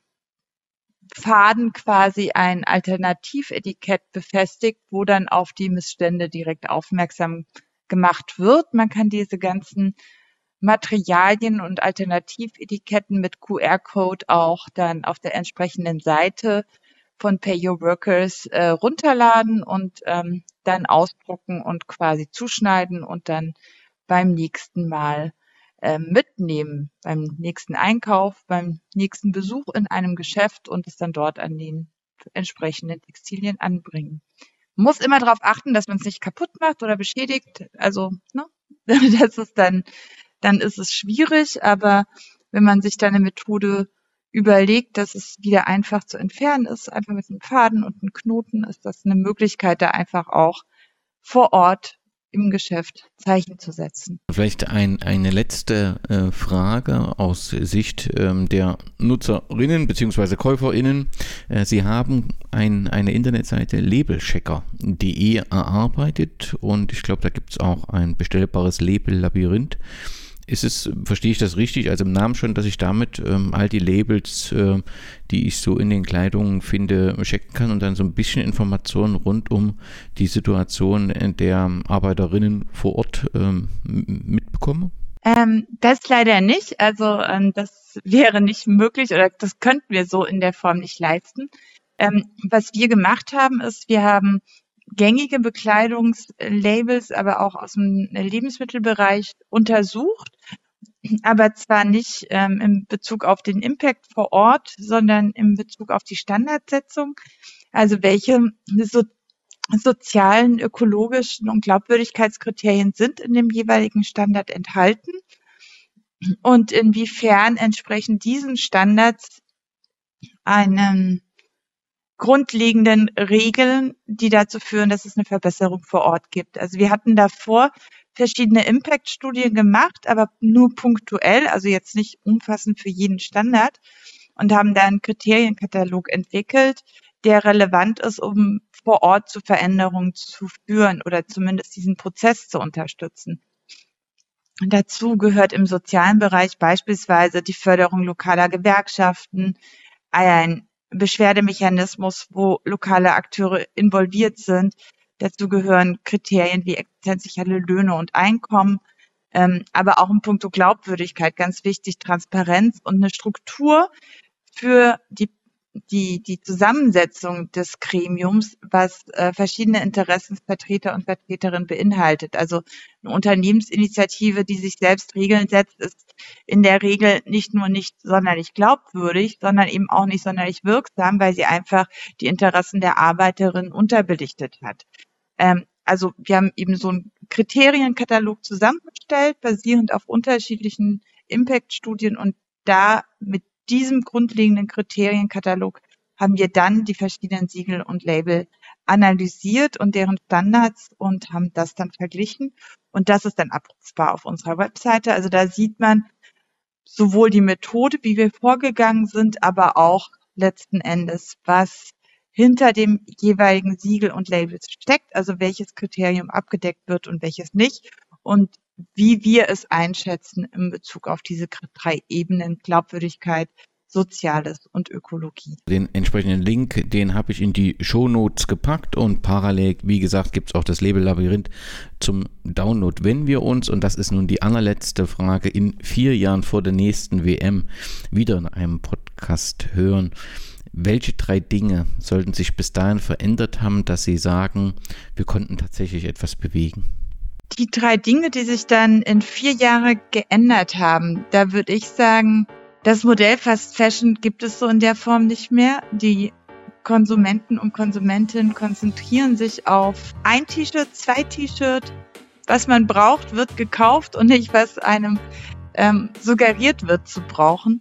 Faden quasi ein Alternativetikett befestigt, wo dann auf die Missstände direkt aufmerksam gemacht wird. Man kann diese ganzen Materialien und Alternativetiketten mit QR-Code auch dann auf der entsprechenden Seite von Pay Your Workers runterladen und dann ausdrucken und quasi zuschneiden und dann beim nächsten Mal mitnehmen, beim nächsten Einkauf, beim nächsten Besuch in einem Geschäft und es dann dort an den entsprechenden Textilien anbringen. Man muss immer darauf achten, dass man es nicht kaputt macht oder beschädigt. Also, ne, das ist dann ist es schwierig, aber wenn man sich da eine Methode überlegt, dass es wieder einfach zu entfernen ist, einfach mit einem Faden und einem Knoten, ist das eine Möglichkeit, da einfach auch vor Ort im Geschäft Zeichen zu setzen. Vielleicht eine letzte Frage aus Sicht der Nutzerinnen bzw. KäuferInnen. Sie haben eine Internetseite labelchecker.de erarbeitet und ich glaube, da gibt es auch ein bestellbares Label-Labyrinth. Verstehe ich das richtig, also im Namen schon, dass ich damit all die Labels, die ich so in den Kleidungen finde, checken kann und dann so ein bisschen Informationen rund um die Situation der Arbeiterinnen vor Ort mitbekomme? Das leider nicht, also das wäre nicht möglich oder das könnten wir so in der Form nicht leisten. Was wir gemacht haben, ist, wir haben gängige Bekleidungslabels, aber auch aus dem Lebensmittelbereich untersucht, aber zwar nicht in Bezug auf den Impact vor Ort, sondern in Bezug auf die Standardsetzung, also welche sozialen, ökologischen und Glaubwürdigkeitskriterien sind in dem jeweiligen Standard enthalten und inwiefern entsprechen diesen Standards einen grundlegenden Regeln, die dazu führen, dass es eine Verbesserung vor Ort gibt. Also wir hatten davor verschiedene Impact-Studien gemacht, aber nur punktuell, also jetzt nicht umfassend für jeden Standard und haben da einen Kriterienkatalog entwickelt, der relevant ist, um vor Ort zu Veränderungen zu führen oder zumindest diesen Prozess zu unterstützen. Und dazu gehört im sozialen Bereich beispielsweise die Förderung lokaler Gewerkschaften, ein Beschwerdemechanismus, wo lokale Akteure involviert sind. Dazu gehören Kriterien wie existenzsichere Löhne und Einkommen, aber auch in puncto Glaubwürdigkeit, ganz wichtig, Transparenz und eine Struktur für die Zusammensetzung des Gremiums, was verschiedene Interessensvertreter und Vertreterinnen beinhaltet. Also eine Unternehmensinitiative, die sich selbst Regeln setzt, ist in der Regel nicht nur nicht sonderlich glaubwürdig, sondern eben auch nicht sonderlich wirksam, weil sie einfach die Interessen der Arbeiterinnen unterbelichtet hat. Also wir haben eben so einen Kriterienkatalog zusammengestellt, basierend auf unterschiedlichen Impact-Studien und da mit diesem grundlegenden Kriterienkatalog haben wir dann die verschiedenen Siegel und Label analysiert und deren Standards und haben das dann verglichen. Und das ist dann abrufbar auf unserer Webseite. Also da sieht man sowohl die Methode, wie wir vorgegangen sind, aber auch letzten Endes, was hinter dem jeweiligen Siegel und Label steckt, also welches Kriterium abgedeckt wird und welches nicht. Und wie wir es einschätzen in Bezug auf diese 3 Ebenen Glaubwürdigkeit, Soziales und Ökologie. Den entsprechenden Link, den habe ich in die Shownotes gepackt und parallel, wie gesagt, gibt es auch das Label-Labyrinth zum Download. Wenn wir uns, und das ist nun die allerletzte Frage, in 4 Jahren vor der nächsten WM wieder in einem Podcast hören, welche 3 Dinge sollten sich bis dahin verändert haben, dass Sie sagen, wir konnten tatsächlich etwas bewegen? Die 3 Dinge, die sich dann in 4 Jahren geändert haben, da würde ich sagen, das Modell Fast Fashion gibt es so in der Form nicht mehr. Die Konsumenten und Konsumentinnen konzentrieren sich auf ein T-Shirt, 2 T-Shirt. Was man braucht, wird gekauft und nicht, was einem suggeriert wird zu brauchen.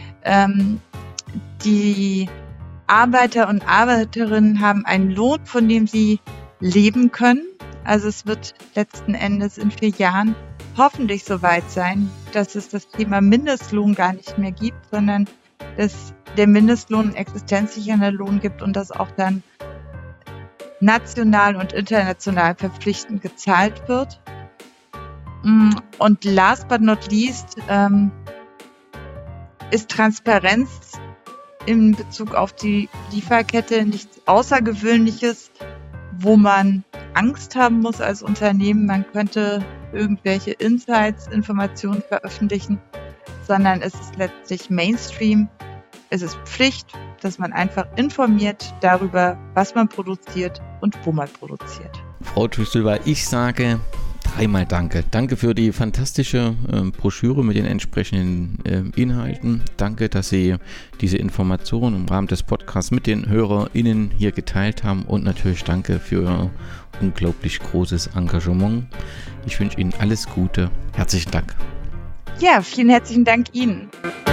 Die Arbeiter und Arbeiterinnen haben einen Lohn, von dem sie leben können. Also es wird letzten Endes in 4 Jahren hoffentlich soweit sein, dass es das Thema Mindestlohn gar nicht mehr gibt, sondern dass der Mindestlohn ein existenzsichernder Lohn gibt und das auch dann national und international verpflichtend gezahlt wird. Und last but not least ist Transparenz in Bezug auf die Lieferkette nichts Außergewöhnliches, wo man Angst haben muss als Unternehmen, man könnte irgendwelche Insights, Informationen veröffentlichen, sondern es ist letztlich Mainstream. Es ist Pflicht, dass man einfach informiert darüber, was man produziert und wo man produziert. Frau Tschüsselber, ich sage 3-mal Danke. Danke für die fantastische Broschüre mit den entsprechenden Inhalten. Danke, dass Sie diese Informationen im Rahmen des Podcasts mit den HörerInnen hier geteilt haben und natürlich danke für Ihr unglaublich großes Engagement. Ich wünsche Ihnen alles Gute. Herzlichen Dank. Ja, vielen herzlichen Dank Ihnen.